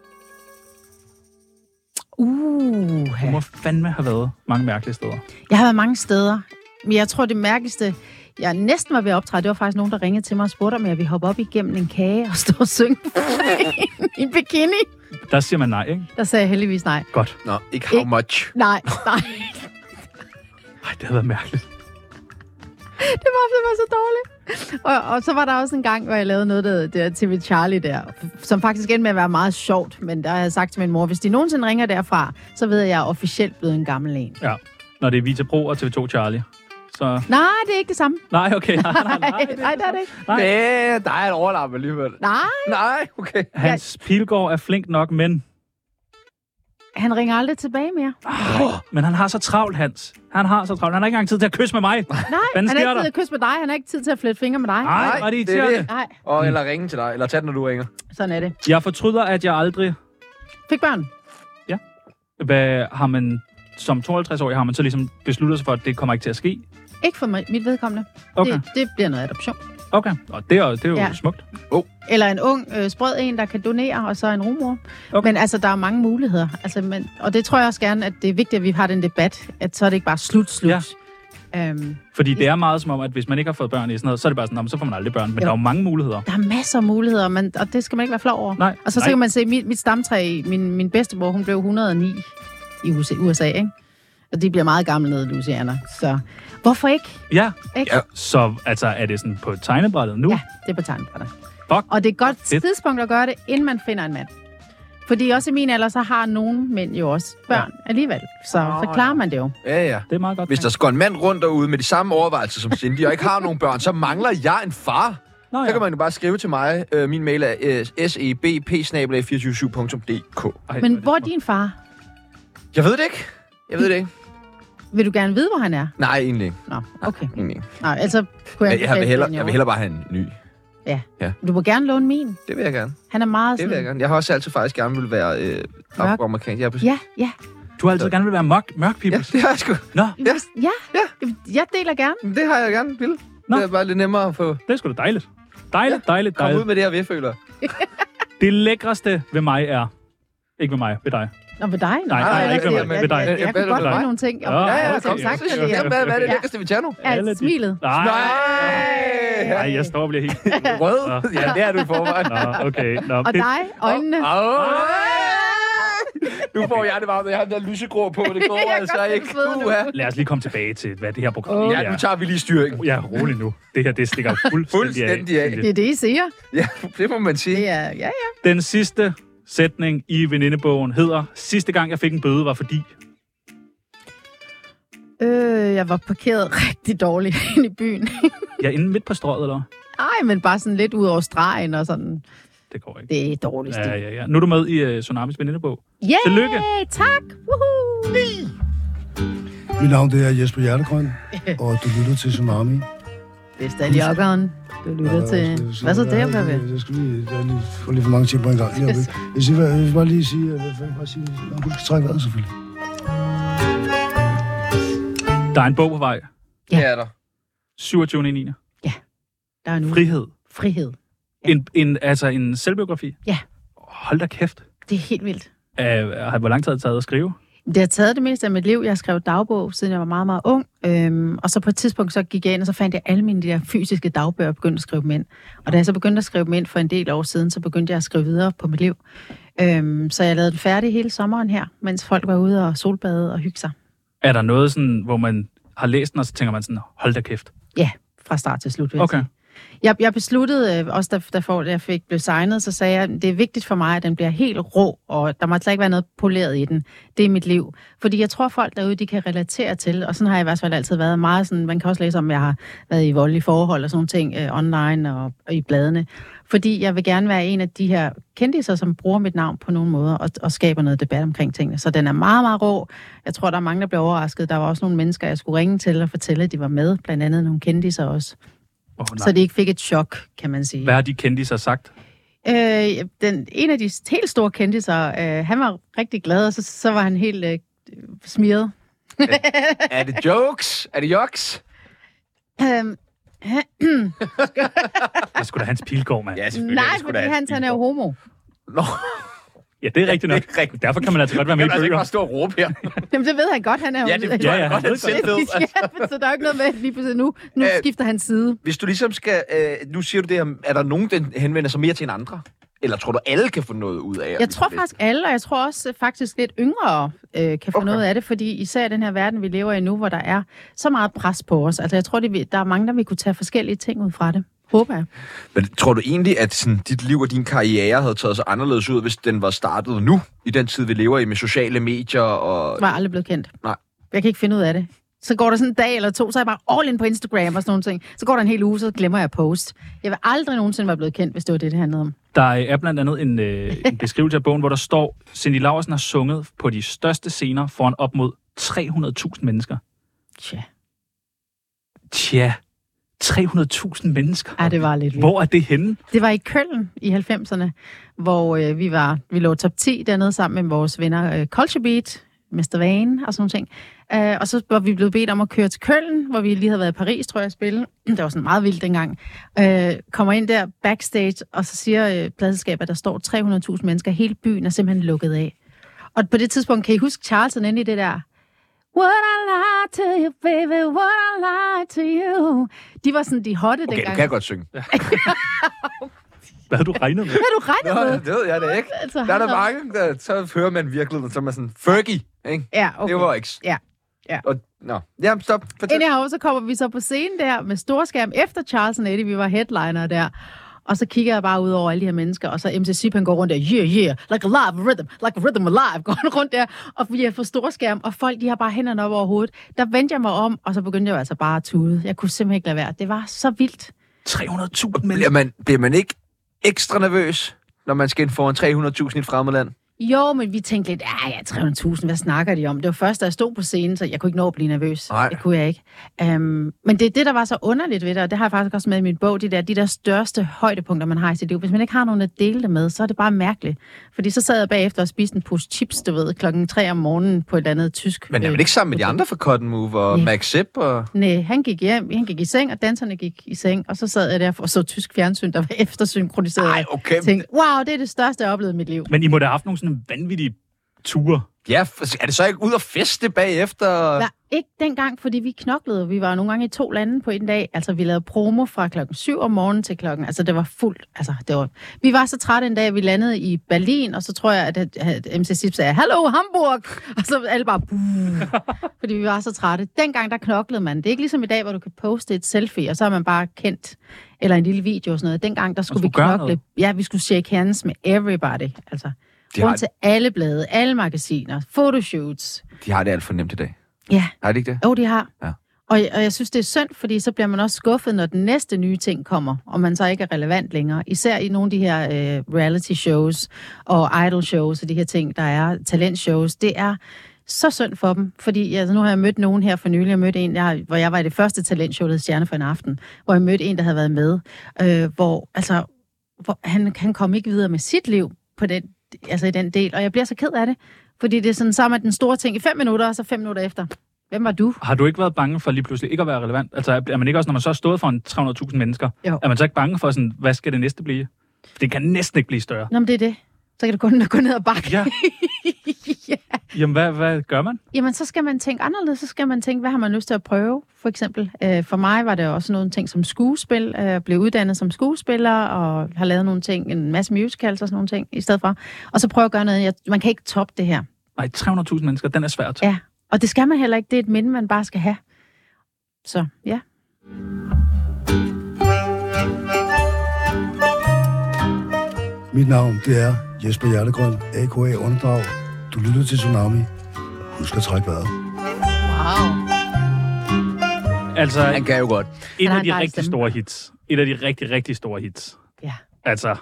Du må fandme have været mange mærkelige steder. Jeg har været mange steder. Men jeg tror, det mærkeligste, jeg næsten var ved at optræde, det var faktisk nogen, der ringede til mig og spurgte, om jeg ville hoppe op igennem en kage og stå og synge i en bikini. Der siger man nej, ikke? Der sagde jeg heldigvis nej. Godt. Nå, ikke how much. Nej. Ej, det havde været mærkeligt. Det var så dårligt. Og så var der også en gang, hvor jeg lavede noget der TV Charlie der, som faktisk endte med at være meget sjovt, men der har jeg sagt til min mor, hvis de nogensinde ringer derfra, så ved jeg, at jeg er officielt blevet en gammel en. Ja, når det er Vita Pro og TV2 Charlie. Så... Nej, det er ikke det samme. Nej, okay. Nej, Nej, det er det ikke. Nej, der er et overlap alligevel. Nej, okay. Hans Pilgaard er flink nok, men... Han ringer aldrig tilbage mere. Men han har så travlt, Hans. Han har så travlt. Han har ikke engang tid til at kysse med mig. Nej, Hvad han har sker ikke der? tid til at kysse med dig, han har ikke tid til at flette fingre med dig. Nej, var det det er irriterende. det. Nej, Og eller ringe til dig, eller tag den, når du ringer. sådan er det. Jeg fortryder, at jeg aldrig... Fik børn? Hvad har man... Som 52-årig har man så ligesom besluttet sig for, at det kommer ikke til at ske. Ikke for mit vedkommende. Okay. Det bliver noget adoption. Okay. Og det er jo Ja. smukt. Eller en ung, sprød en, der kan donere, og så en rumor. Okay. Men altså, der er mange muligheder. Altså, og det tror jeg også gerne, at det er vigtigt, at vi har den debat, at så er det ikke bare slut. Ja. Ja. Fordi det er meget som om, at hvis man ikke har fået børn i sådan noget, så er det bare sådan, så får man aldrig børn. Men der er jo mange muligheder. Der er masser af muligheder, og det skal man ikke være flov over. Nej. Og så kan man se, mit stamtræ, min bedstemor, hun blev 109 i USA, ikke? Og de bliver meget gamle nede i Louisiana. Så hvorfor ikke? Ja. Ikke? Ja. Så altså, er det sådan på tegnebrættet nu? Ja, det er på tegnebrættet. Fuck. Og det er et godt Fedt. tidspunkt at gøre det, inden man finder en mand. Fordi også i min alder, så har nogle mænd jo også børn alligevel. Så klarer man det jo. Ja. Det er meget godt. Hvis der går en mand rundt derude med de samme overvejelser som Cindy, og ikke har nogen børn, så mangler jeg en far. Nå, Så kan man jo bare skrive til mig. Min mail er sebp@247.dk. Men hvor er din far? Jeg ved det ikke. Vil du gerne vide, hvor han er? Nej, egentlig ikke. Nå, okay. Egentlig ikke. Nej, altså kunne jeg... Jeg vil hellere bare have en ny. Du må gerne låne min. Det vil jeg gerne. Han er meget Det vil jeg sådan... gerne. Jeg har også altid faktisk gerne vil være afroamerikansk. Ja. Du har altid gerne vil være mørk people. Ja, det har jeg sgu. Nå, Jeg deler gerne. Det har jeg gerne vil. Nå. Det er bare lidt nemmere at få det er sgu da dejligt. Dejligt. komme ud med det her, vi føler. Det lækreste ved mig er... Ikke ved mig, ved dig. Nå, ved dig? Nej, ikke ved mig. Ved dig. Jeg kunne godt Ved lide dig. nogle ting. Ja, som okay. sagt, Okay. Hvad er det lækkeste ved Tjerno? Ja, smilet. Nej, Nej! jeg står og bliver helt... Rød? Ja, det er du i forvejen. Nå, okay. Nå, Og dig, øjnene. Nu får jeg det varmt, jeg har den der lysegrå på, det går Jeg altså kan godt ikke. se det svede nu. Lad os lige komme tilbage til, hvad det her program Ja, nu tager vi lige styring. Ja, rolig nu. Det her, det stikker fuldstændig af. Det er det, I siger. Ja, det må man sige. Det er, ja. Den sidste sætning i venindebogen hedder, sidste gang jeg fik en bøde var fordi... Jeg var parkeret rigtig dårligt inde i byen. Ja, inde midt på strøget, eller? Ej, men bare sådan lidt ud over stregen og sådan. Det går ikke. Det er dårligt stil. Ja. Nu er du med i Tsunamis venindebog. Yeah, Tillykke. tak. Woohoo. Mit navn det er Jesper Hjertegrøn, og du lytter til Tsunami. Bedst af joggeren. Du lytter til... Hvad så der, Pappe? Jeg skal lige få lidt for mange ting på en gang. Jeg vil bare lige sige, at du skal trække vejret selvfølgelig. Der er en bog på vej. Ja. Det er der. 27.9. Ja, der er nu. Frihed. Ja. En selvbiografi? Ja. Hold da kæft. Det er helt vildt. Hvor lang tid har det taget at skrive? Det har taget det meste af mit liv. Jeg har skrevet dagbog, siden jeg var meget, meget ung. Og så på et tidspunkt, så gik jeg ind, og så fandt jeg alle mine de der fysiske dagbøger og begyndte at skrive dem ind. Og da jeg så begyndte at skrive dem ind for en del år siden, så begyndte jeg at skrive videre på mit liv. Så jeg lavede det færdigt hele sommeren her, mens folk var ude og solbade og hygge sig. Er der noget, sådan, hvor man har læst den, og så tænker man sådan, hold da kæft? Ja, fra start til slut, vil jeg sige. Jeg besluttede, også da jeg blev signet, så sagde jeg, det er vigtigt for mig, at den bliver helt rå, og der må slet ikke være noget poleret i den. Det er mit liv. Fordi jeg tror, folk derude, de kan relatere til, og sådan har jeg i hvert fald altid været meget sådan, man kan også læse om, at jeg har været i voldelige forhold og sådan nogle ting online og i bladene. Fordi jeg vil gerne være en af de her kendiser, som bruger mit navn på nogle måder og skaber noget debat omkring tingene. Så den er meget, meget rå. Jeg tror, der er mange, der bliver overrasket. Der var også nogle mennesker, jeg skulle ringe til og fortælle, at de var med. Blandt andet nogle kendiser også. Så de ikke fik et chok, kan man sige. Hvad har de kendiser sagt? En af de helt store kendiser, han var rigtig glad, og så var han helt smiret. Er det jokes? Er det jokes? Det er sgu da Hans Pilgaard, mand. Ja, selvfølgelig. Nej, fordi han er jo homo. Nå. Ja, det er rigtigt nok. Det er rigtigt. Derfor kan man altså godt være med i Jeg kan altså ikke bøger. bare stå og råbe her. Jamen, det ved han godt, han er jo... Ja, det er godt, han selv ved. Ja, så der er jo ikke noget med lige pludselig nu. Nu skifter han side. Hvis du ligesom skal... nu siger du det her, er der nogen, der henvender sig mere til en andre? Eller tror du, alle kan få noget ud af? Jeg tror faktisk alle, og jeg tror også faktisk lidt yngre kan få noget af det, fordi især den her verden, vi lever i nu, hvor der er så meget pres på os. Altså, jeg tror, der er mange, der vil kunne tage forskellige ting ud fra det. Håber jeg. Men tror du egentlig, at sådan, dit liv og din karriere havde taget sig anderledes ud, hvis den var startet nu, i den tid, vi lever i, med sociale medier og... Det var aldrig blevet kendt. Nej. Jeg kan ikke finde ud af det. Så går der sådan en dag eller to, så er jeg bare all in på Instagram og sådan nogle ting. Så går der en hel uge, så glemmer jeg at post. Jeg vil aldrig nogensinde være blevet kendt, hvis det var det handlede om. Der er blandt andet en beskrivelse af bogen, hvor der står, Cindy Lauritsen har sunget på de største scener foran op mod 300.000 mennesker. Tja. 300.000 mennesker? Ja, det var lidt vildt. Hvor er det henne? Det var i Køln i 90'erne, hvor vi lå top 10 dernede sammen med vores venner Culture Beat, Mr. Vane og sådan ting. Og så var vi blevet bedt om at køre til Køln, hvor vi lige havde været i Paris, tror jeg, at spille. Det var sådan meget vildt dengang. Kommer ind der backstage, og så siger pladselskabet, at der står 300.000 mennesker. Hele byen er simpelthen lukket af. Og på det tidspunkt, kan I huske Charleston inde i det der... Would I lie to you, baby? Would I lie to you? De var sådan de hotte dengang. Okay, du kan godt synge. Hvad har du regnet med? Hvad har du regnet med? Det ved jeg da ikke. Altså, der er der mange, så hører man virkelig, som er sådan, Fergie, ikke? Ja, okay. Det var ikke... Ja. Og, jamen, stop. Anyhow, så kommer vi så på scenen der med storskærm efter Charles & Eddie. Vi var headliner der. Og så kigger jeg bare ud over alle de her mennesker, og så MC Sip, han går rundt der, yeah, like a live rhythm, like a rhythm alive, går han rundt der, og vi har fået storskærm, og folk, de har bare hænderne op over hovedet. Der vendte jeg mig om, og så begyndte jeg altså bare at tude. Jeg kunne simpelthen ikke lade være. Det var så vildt. 300.000 mennesker. Bliver man ikke ekstra nervøs, når man skal ind foran 300.000 i et fremmed land? Jo, men vi tænkte lidt, 300.000, hvad snakker de om? Det var først, da jeg stod på scenen, så jeg kunne ikke nå at blive nervøs. Nej. Det kunne jeg ikke. Men det er det, der var så underligt ved det, og det har jeg faktisk også med i min bog, de der største højdepunkter, man har i sit liv. Hvis man ikke har nogen at dele det med, så er det bare mærkeligt. Fordi så sad jeg bagefter og spiste en pose chips, du ved, 3:00 om morgenen på et eller andet tysk... Men er man ikke sammen med de andre fra Cotton Move og Max Zip? Og... Nej, han gik hjem, han gik i seng, og danserne gik i seng, og så sad jeg der og så tysk fjernsyn, der var eftersynkroniseret. Ej, okay. Jeg tænkte, wow, det er det største, jeg har oplevet i mit liv. Men I må da have haft nogle sådan vanvittige ture. Ja, er det så ikke ud og feste bagefter? ikke dengang, fordi vi knoklede. Vi var nogle gange i 2 lande på en dag. Altså, vi lavede promo fra 7:00 om morgenen til klokken. Altså, det var fuldt. Altså, vi var så trætte en dag, at vi landede i Berlin, og så tror jeg, at MC Sip sagde, hallo, Hamburg! Og så alle bare, fordi vi var så trætte. Dengang, der knoklede man. Det er ikke ligesom i dag, hvor du kan poste et selfie, og så er man bare kendt, eller en lille video og sådan noget. Dengang, der skulle vi knokle. Ja, vi skulle shake hands med everybody. Altså, rundt til alle blade, alle magasiner, photoshoots. De har det alt for nemt i dag. Ja. Har de ikke det? Jo, de har. Ja. Og jeg synes, det er synd, fordi så bliver man også skuffet, når den næste nye ting kommer, og man så ikke er relevant længere. Især i nogle af de her reality shows og idol shows og de her ting, der er talentshows. Det er så synd for dem, fordi altså, nu har jeg mødt nogen her for nylig. Jeg mødte en, hvor jeg var i det første talentshow, der hed Stjerne for en aften, hvor jeg mødte en, der havde været med, hvor han kom ikke videre med sit liv på den, altså i den del, og jeg bliver så ked af det, fordi det er sådan sammen den store ting i 5 minutter, og så 5 minutter efter. Hvem var du? Har du ikke været bange for lige pludselig ikke at være relevant? Altså er man ikke også, når man så har stået foran 300.000 mennesker, er man så ikke bange for sådan, hvad skal det næste blive? Det kan næsten ikke blive større. Nå, men det er det. Så kan du kun gå ned og bakke. Ja. Ja. Jamen, hvad gør man? Jamen, så skal man tænke anderledes. Så skal man tænke, hvad har man lyst til at prøve, for eksempel. For mig var det også nogle ting som skuespil. Jeg blev uddannet som skuespiller, og har lavet nogle ting, en masse musicals og sådan nogle ting, i stedet for. Og så prøve at gøre noget. Man kan ikke toppe det her. Nej, 300.000 mennesker, den er svært. Ja, og det skal man heller ikke. Det er et minde, man bare skal have. Så, ja. Mit navn, det er Jesper Hjertegrøn, a.k.a. Underdrag. Du lytter til Tsunami. Husk at trække vejret. Wow. Altså, Han kan jo godt. et af de rigtig store hits. Et af de rigtig, rigtig store hits. Ja. Altså,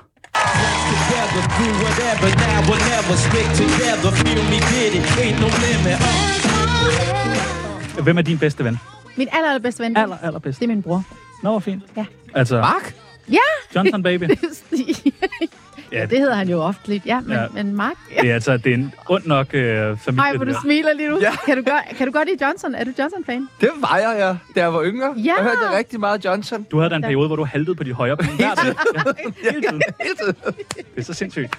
hvem er din bedste ven? Min allerbedste ven. Allerbedste. Det er min bror. Nå, hvor fint. Ja. Altså, Mark? Ja! Johnson Baby. Ja, det hedder han jo ofte lidt. Ja, men Mark... Ja. Det er altså, det er en ond nok familie. Ej, hvor du smiler lige nu. Ja. Kan du godt lide Johnson? Er du Johnson-fan? Det var jeg, da jeg var yngre. Ja. Jeg hørte rigtig meget Johnson. Du havde da en periode, hvor du haltede på de højre ben. Hele tiden. Hele tiden. Det er så sindssygt.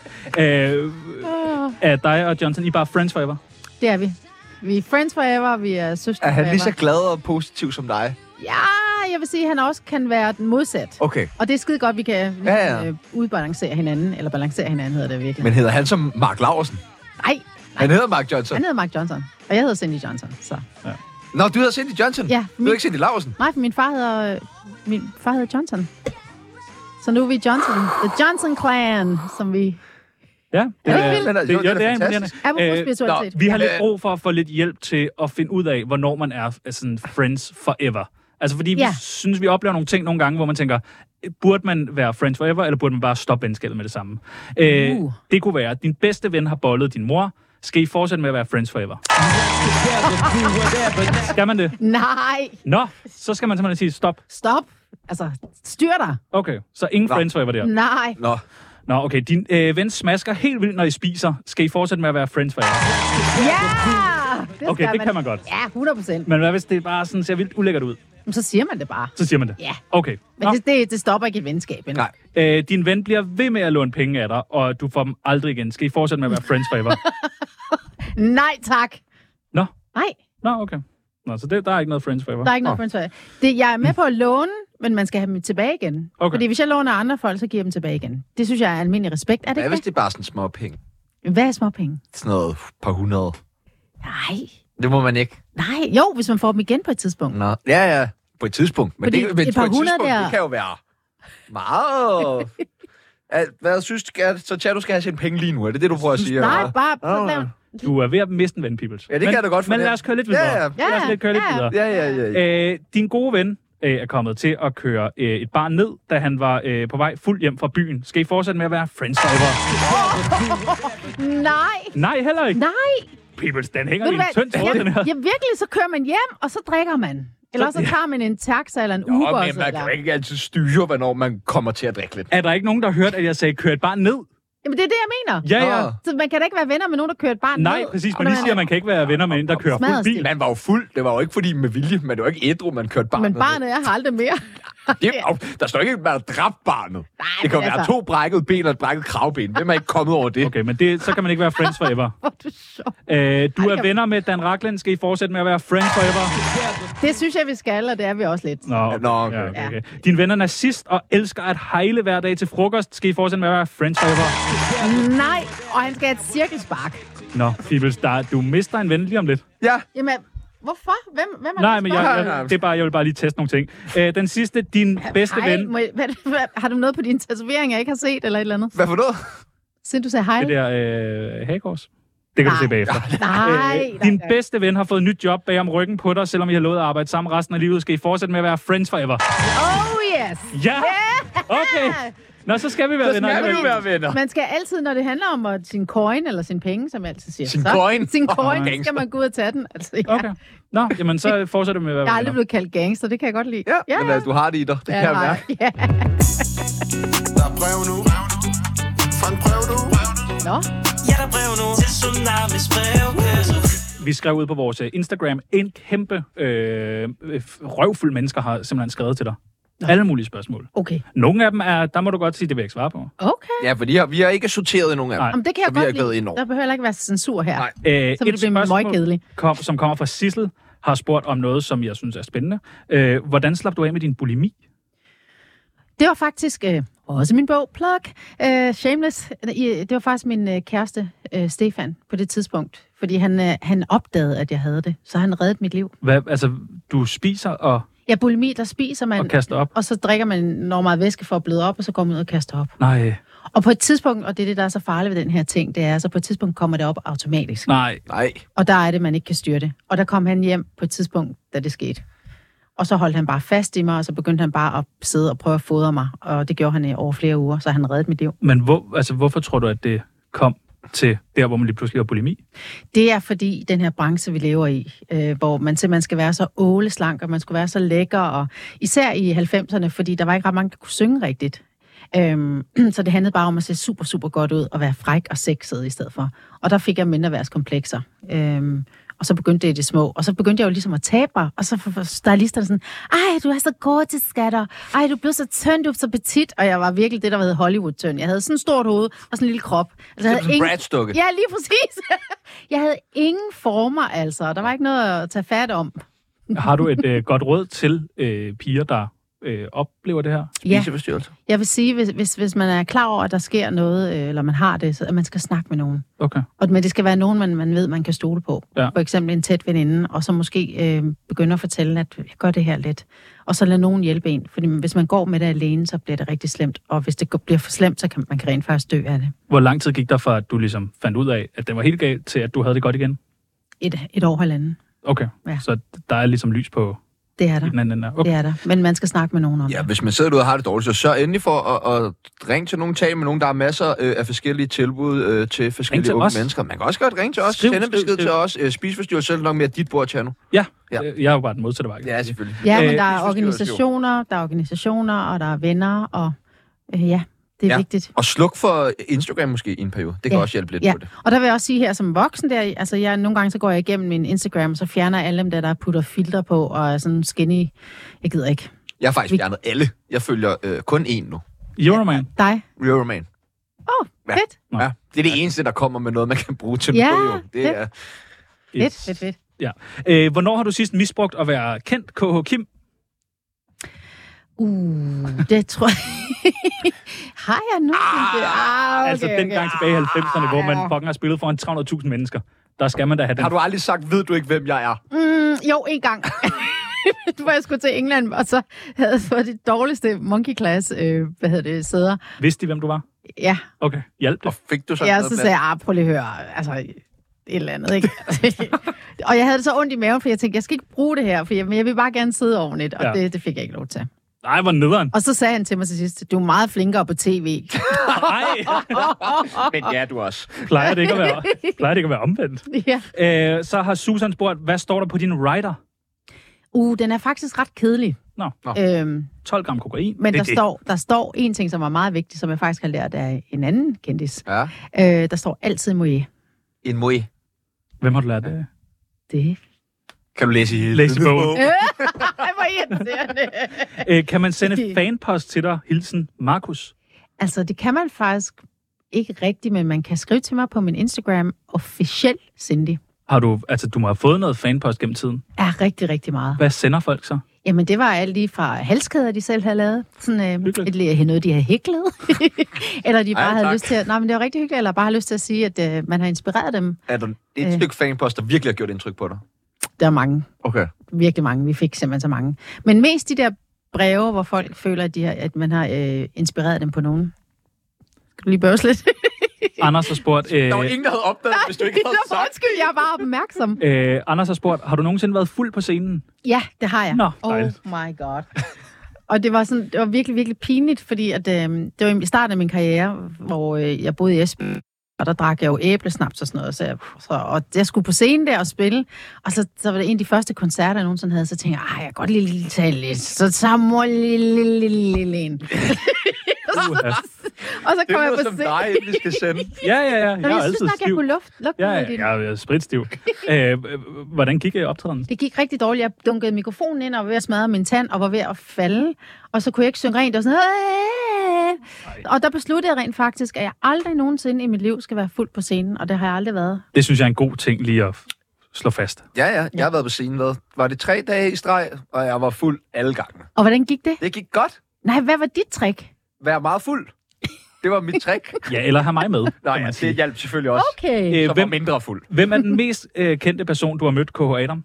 Er dig og Johnson, I er bare friends forever? Det er vi. Vi er friends forever, vi er søstre Er han forever. lige så glad og positiv som dig? Ja, jeg vil sige, at han også kan være den modsat. Okay. Og det er skide godt, vi kan udbalancere hinanden. Eller balancere hinanden, hedder det virkelig. Men hedder han som Mark Laursen? Nej. Han hedder Mark Johnson. Han hedder Mark Johnson. Og jeg hedder Cindy Johnson. Så. Ja. Nå, du hedder Cindy Johnson? Ja. Du hedder ikke Cindy Laursen? Nej, for min far hedder Johnson. Så nu er vi Johnson. The Johnson Clan, som vi... Ja, det er imponerende. Apropos spiritualitet. Vi har lidt brug for at få lidt hjælp til at finde ud af, hvornår man er sådan friends forever. Altså fordi vi synes, vi oplever nogle ting nogle gange, hvor man tænker, burde man være friends forever, eller burde man bare stoppe venskabet med det samme? Det kunne være, at din bedste ven har bollet din mor. Skal I fortsætte med at være friends forever? Skal man det? Nej. Nå, så skal man simpelthen sige stop. Stop. Altså, styr dig. Okay, så ingen friends forever der? Nej. Nå, okay. Din ven smasker helt vildt, når I spiser. Skal I fortsætte med at være friends forever? Ja! Okay, det kan man godt. Ja, 100%. Men hvad hvis det bare sådan ser vildt ulækkert ud? Så siger man det bare. Så siger man det? Ja. Okay. Men det stopper ikke et venskab. Nej. Din ven bliver ved med at låne penge af dig, og du får dem aldrig igen. Skal I fortsætte med at være friends forever? Nej, tak. Nå? Nej. Nå, okay. Nå, så der er ikke noget friends forever? Der er ikke noget friends forever. Jeg er med på at låne, men man skal have dem tilbage igen. Okay. Fordi hvis jeg låner andre folk, så giver jeg dem tilbage igen. Det synes jeg er almindelig respekt. Er det Hvad ikke hvis det er bare sådan små penge? Hvad er småpenge? Sådan noget par 100. Nej. Det må man ikke. Nej, jo, hvis man får dem igen på et tidspunkt. Nå. Ja, på et tidspunkt. Men fordi det, et par 100 der... det kan jo være meget... Hvad synes du, så Tjano skal have sine penge lige nu? Er det det, du prøver at sige? Nej, bare... Du er ved at miste en ven, Peoples. Ja, det kan jeg da godt fornemme. Men lad os køre lidt videre. Ja. Din gode ven er kommet til at køre et barn ned, da han var på vej fuld hjem fra byen. Skal I fortsætte med at være friends forever? Nej. Nej, heller ikke? Nej. Peoples, den hænger i en tynd tråd, den her. Ja, virkelig, så kører man hjem, og så drikker man. Eller så tager man en taxa eller en Uber. Men man kan jo ikke altid styre, hvornår man kommer til at drikke lidt. Er der ikke nogen, der har hørt, at jeg sagde, kør et barn ned? Jamen, det er det, jeg mener. Ja. Så man kan da ikke være venner med nogen, der kører et barn ned. Nej, præcis. Man lige siger, at man kan ikke være venner med en, der kører fuld bil. Man var jo fuld. Det var jo ikke fordi med vilje. Man var jo ikke ædru, man kørte barnet. Men barnet er her aldrig mere. Der står ikke, at man har dræbt barnet. Nej, Det kan jo men være 2 brækkede ben og et brækket kravben. Hvem er ikke kommet over det? Okay, men så kan man ikke være friends forever. Hvor er du sjov. Du er venner med Dan Rachlin. Skal I fortsætte med at være friends forever? Det synes jeg, vi skal, og det er vi også lidt. Nå, okay. Ja, okay. Din ven er nazist og elsker at hejle hver dag til frokost. Skal I fortsætte med at være friends forever? Nej, og han skal have et cirkelspark. Nå, Fibels, du mister en ven lige om lidt. Ja. Jamen, hvorfor? Hvem er Nej, det, men jeg vil bare lige teste nogle ting. Den sidste, din bedste ven. Har du noget på din tatovering, jeg ikke har set, eller et eller andet? Hvad for noget? Siden du sagde hej? Det der Hagårds. Det kan du se bagefter. Nej. Din bedste ven har fået nyt job bag om ryggen på dig, selvom I har lovet at arbejde sammen resten af livet. Skal I fortsætte med at være friends forever? Oh yes! Ja! Okay. Nå, så skal vi være venner. Så skal vi være venner. Man skal altid, når det handler om sin coin eller sin penge, som jeg altid siger. Sin coin? Sin coin, Gangster. skal man gå ud og tage den. Altså, ja. Okay. Nå, jamen så fortsætter vi med at være Jeg har aldrig venner. blevet kaldt gangster, det kan jeg godt lide. Ja. Men du har det i dig. Det kan jeg mærke. Ja. Der er brev nu. Fra en brev nu. Nå? Ja, der er brev nu. Til Tsunamis brevkasse. Vi skrev ud på vores Instagram. En kæmpe røvfuld mennesker har simpelthen skrevet til dig. Alle mulige spørgsmål. Okay. Nogle af dem der må du godt sige, det vil jeg ikke svare på. Okay. Ja, for vi har ikke sorteret i nogen af dem. Jamen, det kan jeg Så vi godt har gået lide. ind over. Der behøver heller ikke være censur her. Nej. Så vil det blive møgkedeligt. Som kommer fra Sissel, har spurgt om noget, som jeg synes er spændende. Hvordan slap du af med din bulimi? Det var faktisk også min bog, Plug. Shameless. Det var faktisk min kæreste, Stefan, på det tidspunkt. Fordi han opdagede, at jeg havde det. Så han reddede mit liv. Altså, du spiser og... Ja, bulimi, der spiser man. Og kaster op. Og så drikker man enormt meget væske for at bløde op, og så går man ud og kaster op. Nej. Og på et tidspunkt, og det er det, der er så farligt ved den her ting, det er, så på et tidspunkt kommer det op automatisk. Nej. Og der er det, man ikke kan styre det. Og der kom han hjem på et tidspunkt, da det skete. Og så holdt han bare fast i mig, og så begyndte han bare at sidde og prøve at fodre mig. Og det gjorde han i over flere uger, så han reddede mit liv. Men hvorfor tror du, at det kom til der, hvor man lige pludselig har bulimi? Det er fordi den her branche, vi lever i, hvor man simpelthen skal være så åleslank, og man skulle være så lækker, og især i 90'erne, fordi der var ikke ret mange, der kunne synge rigtigt. Så det handlede bare om at se super, super godt ud, og være fræk og sexet i stedet for. Og der fik jeg mindreværdskomplekser. Og så begyndte det i det små. Og så begyndte jeg jo ligesom at tabe mig. Og så for stylisterne sådan, ej, du er så gorgeous, skatter. Ej, du blev så tynd, du er så petit. Og jeg var virkelig det, der hed Hollywood-tynd. Jeg havde sådan et stort hoved og sådan en lille krop. Altså, Det er sådan en Brad-stukke. Ja, lige præcis. Jeg havde ingen former, altså. Der var ikke noget at tage fat om. Har du et godt råd til piger, der oplever det her? Spiseforstyrrelse. Jeg vil sige, hvis man er klar over, at der sker noget, eller man har det, så at man skal snakke med nogen. Okay. Men det skal være nogen, man ved, man kan stole på. Ja. For eksempel en tæt veninde, og så måske begynde at fortælle, at jeg gør det her lidt. Og så lad nogen hjælpe en. Fordi hvis man går med det alene, så bliver det rigtig slemt. Og hvis det bliver for slemt, så kan man rent faktisk dø af det. Hvor lang tid gik der fra, at du ligesom fandt ud af, at det var helt galt, til at du havde det godt igen? Et år, halvanden. Okay, Ja. Så der er ligesom lys på Det er der. i den anden ende. Okay. Det er der. Men man skal snakke med nogen om Ja, det. hvis man sidder derude og har det dårligt, så sørg endelig for at ringe til nogen, tale med nogen. Der er masser af forskellige tilbud til forskellige til unge os. mennesker. Man kan også godt ringe til os, Skriv, sende en besked skriv. til os. Spiseforstyrrelse selv nok mere dit bord, Tjerno. Ja, Ja. jeg er jo bare den modsatte vej. Ja, selvfølgelig. Ja, men der er spiseforstyrrelse, organisationer, og der er venner, og ja, det er vigtigt. Og sluk for Instagram måske i en periode. Det kan også hjælpe lidt på det. Og der vil jeg også sige her som voksen der, altså nogle gange så går jeg igennem min Instagram, og så fjerner jeg alle dem der putter filter på, og er sådan skinny. Jeg gider ikke. Jeg har faktisk fjernet alle. Jeg følger kun én nu. Euroman. Dig? Euroman. Ja. Fedt. Ja. Det er det eneste, der kommer med noget, man kan bruge til Ja, noget. Det er... Fedt. Ja. Hvornår har du sidst misbrugt at være kendt KH Kim? Det tror jeg... Har jeg nu? Okay, Altså dengang tilbage i 90'erne, hvor man fucking har spillet foran 300.000 mennesker. Der skal man da have den. Har du aldrig sagt, ved du ikke, hvem jeg er? Jo, en gang. Du var jeg skulle til England, og så havde jeg fået de dårligste monkey class, sæder. Vidste de, hvem du var? Ja. Okay, hjælp det. Og fik du så Ja, noget så sagde jeg, prøv lige at høre, altså et eller andet, ikke? Og jeg havde det så ondt i maven, for jeg tænkte, jeg skal ikke bruge det her, for jeg vil bare gerne sidde ordentligt, og det fik jeg ikke lov til. Nej, hvor nederen. Og så sagde han til mig til sidst, du er meget flinkere på tv. Nej, Men ja, du også. plejer det ikke at være omvendt. Ja. Så har Susan spurgt, hvad står der på din rider? Den er faktisk ret kedelig. Nå. 12 gram kokain. Men der står en ting, som er meget vigtig, som jeg faktisk har lært af en anden kendis. Ja. Der står altid moe. En moe. Hvem har du lært det? Det Kan du læse i Læse i bogen. Ej, hvor irriterende. Kan man sende fanpost til dig? Hilsen Markus. Altså, det kan man faktisk ikke rigtigt, men man kan skrive til mig på min Instagram, officiel Cindy. Du må have fået noget fanpost gennem tiden. Ja, rigtig, rigtig meget. Hvad sender folk så? Jamen, det var alt lige fra halskæder, de selv havde lavet. Sådan noget, de havde hæklet. Eller de bare havde lyst til at... Nej, men det var rigtig hyggeligt. Eller bare har lyst til at sige, at man har inspireret dem. Er der et stykke fanpost, der virkelig har gjort indtryk på dig? Der er mange. Okay. Virkelig mange. Vi fik simpelthen så mange. Men mest de der breve, hvor folk føler, at man har inspireret dem på nogen. Skal du lige børse lidt? Anders har spurgt... Der var ingen, der havde opdaget, hvis du ikke havde sagt. Undskyld, jeg er bare opmærksom. Anders har spurgt, har du nogensinde været fuld på scenen? Ja, det har jeg. Nå, oh dejligt. my god. Og det var virkelig, virkelig pinligt, fordi at, det var i starten af min karriere, hvor jeg boede i Esbjerg, og der drak jeg jo æblesnaps og sådan noget. Og jeg skulle på scenen der og spille, og så var det en af de første koncerter, jeg nogensinde havde, så tænkte jeg, jeg kan godt lige tale lidt. Så må lille en. Og så kom jeg på som dig, vi skal sende. Ja. Jeg er altid synes nok, stiv. jeg kunne lugte Jeg er spritstiv. Hvordan gik optræden? Det gik rigtig dårligt. Jeg dunkede mikrofonen ind og var ved at smadre min tand og var ved at falde. Og så kunne jeg ikke synge rent. Og sådan, og der besluttede jeg rent faktisk, at jeg aldrig nogensinde i mit liv skal være fuld på scenen. Og det har jeg aldrig været. Det synes jeg er en god ting lige at slå fast. Ja. Jeg har været på scenen. Var det 3 dage i streg, og jeg var fuld alle gange. Og hvordan gik det? Det gik godt. Nej, hvad var dit trick? Vær meget fuld. Det var mit trick. Ja, eller have mig med. Nej, det hjalp selvfølgelig også. Okay. Så var mindre fuld. Hvem er den mest kendte person, du har mødt, K.H. Adam?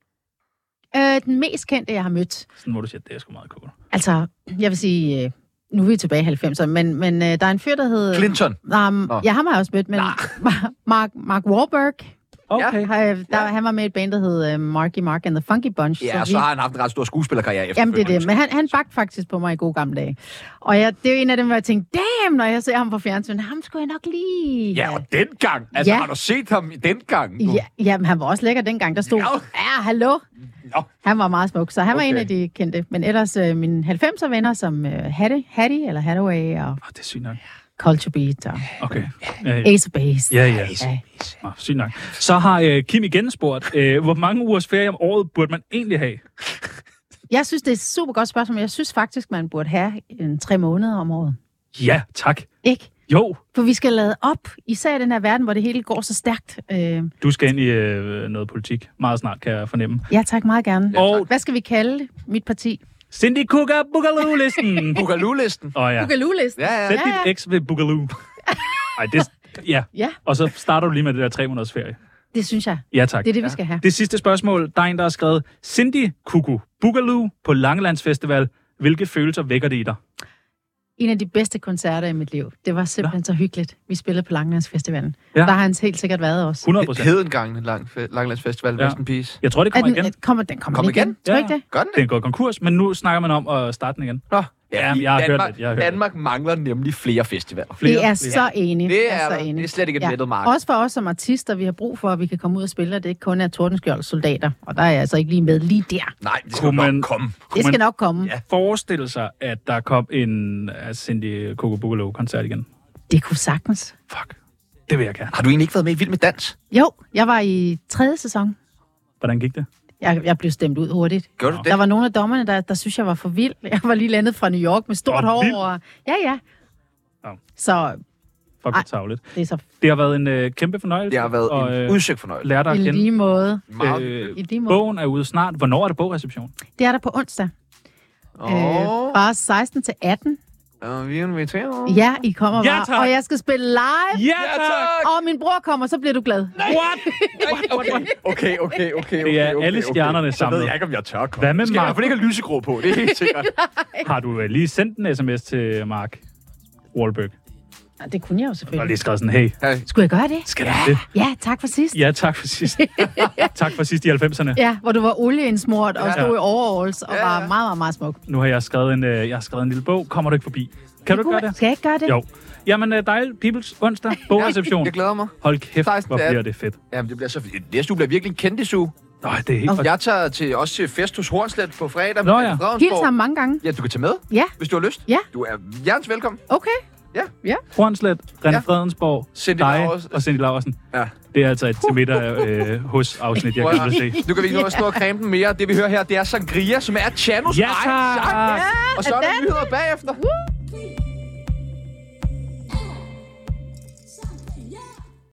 Den mest kendte, jeg har mødt. Sådan må du sige, at det er sgu meget cool. Altså, jeg vil sige, nu er vi tilbage i 90'erne, men der er en fyr, der hedder... Clinton. Ja, ham har jeg også mødt, men Mark Wahlberg. Okay. Han var med i et band, der hed Marky Mark and the Funky Bunch. Ja, så har han haft en ret stor skuespillerkarriere efter. Jamen, det er det. Men han bagte faktisk på mig i gode gamle dage. Og det er jo en af dem, hvor jeg tænkte, damn, når jeg ser ham på fjernsyn, ham skulle jeg nok lide. Ja, og dengang. Altså, har du set ham dengang? Ja, men han var også lækker dengang. Der stod, hallo. No. Han var meget smuk, så han var en af de kendte. Men ellers mine 90'er venner, som Hattie eller Hathaway og... Det er sygt nok. Culture Beat og okay. Ace of Base. Ja. Sygt nok. Så har Kim igen spurgt, hvor mange ugers ferie om året burde man egentlig have? Jeg synes, det er et super godt spørgsmål, men jeg synes faktisk, man burde have 3 måneder om året. Ja, tak. Ikke? Jo. For vi skal lade op, især i den her verden, hvor det hele går så stærkt. Du skal ind i noget politik meget snart, kan jeg fornemme. Ja, tak, meget gerne. Og hvad skal vi kalde mit parti? Cindy Cooker Boogaloo-listen. Boogaloo-listen? Boogaloo-listen. Ja. Sæt dit eks ved Boogaloo. Ej, det... Ja. Og så starter du lige med det der 3 måneders ferie. Det synes jeg. Ja, tak. Det er det, vi skal have. Det sidste spørgsmål. Der er en, der har skrevet, Cindy Cooker Boogaloo på Langelandsfestival. Hvilke følelser vækker det i dig? En af de bedste koncerter i mit liv. Det var simpelthen så hyggeligt. Vi spillede på Langelandsfestivalen. Ja. Der har han helt sikkert været også. 100%. Hedengang Langelandsfestival, Rest in Peace. Jeg tror, det kommer igen. Den kommer igen. Tror ikke det? Gør den det? Den går konkurs, men nu snakker man om at starte den igen. Nå. Ja, jeg har hørt det. Danmark mangler nemlig flere festivaler. Det er så enig. Det er slet ikke et mættet marked. Også for os som artister, vi har brug for, at vi kan komme ud og spille, og det ikke kun er Tordenskjolds soldater. Og der er jeg altså ikke lige med lige der. Nej, det skal nok komme. Det skal nok komme. Ja. Forestille sig, at der kom en Cindy Cooker Boogaloo-koncert igen. Det kunne sagtens. Fuck. Det vil jeg gerne. Har du egentlig ikke været med i Vild med Dans? Jo, jeg var i 3. sæson. Hvordan gik det? Jeg blev stemt ud hurtigt. Gjorde du det? Der var nogle af dommerne, der synes, jeg var for vild. Jeg var lige landet fra New York med stort hår. Og... Ja. Så... Fuck, det tavligt. Det har været en kæmpe fornøjelse. Det har været en udsøgt fornøjelse. Lære dig I lige måde. I lige måde. Bogen er ude snart. Hvornår er det bogreception? Det er der på onsdag. Fra 16 til 18. Vi er inviteret. Ja, I kommer bare. Og jeg skal spille live. Ja, tak. Og min bror kommer, så bliver du glad. What? Okay. Det er alle stjernerne samlet. Så ved jeg ikke, om jeg tør komme. Hvad med Mark? Jeg får ikke have lysegrå på, det er helt sikkert. Har du lige sendt en sms til Mark Wahlberg? Ja, det kunne jeg jo selvfølgelig. Og lige skrevet sådan, hey. Skulle jeg gøre det? Skal jeg det? Ja, tak for sidst. Ja, tak for sidst. Tak for sidst i 90'erne. Ja, hvor du var olieindsmurt og stod i overalls og var meget, meget, meget smuk. Nu har jeg skrevet en lille bog. Kommer du ikke forbi? Kan du ikke gøre det? Skal jeg ikke gøre det? Jo. Jamen, dejligt. Peoples onsdag. Bogreception. Jeg glæder mig. Hold kæft, hvor bliver det fedt. Jamen, det bliver så fedt. Næste uge bliver virkelig en kendisuge. Nej, det er helt Jeg tager også til fest hos Hornslet på fredag. Nå ja. Hils ham mange gange. Ja, du kan tage med, hvis du har lyst. Ja. Du er hjertens velkommen. Okay. Ja. Hornslet, René Fredensborg, Cindy dig Laursen. og Cindy Laursen. Ja. Det er altså et til middag hos afsnit, jeg kan se. Nu kan vi ikke nå at stå og creme den mere. Det vi hører her, det er Sangria, som er Chanos egen sang. Ja, Og så er der nyheder bagefter.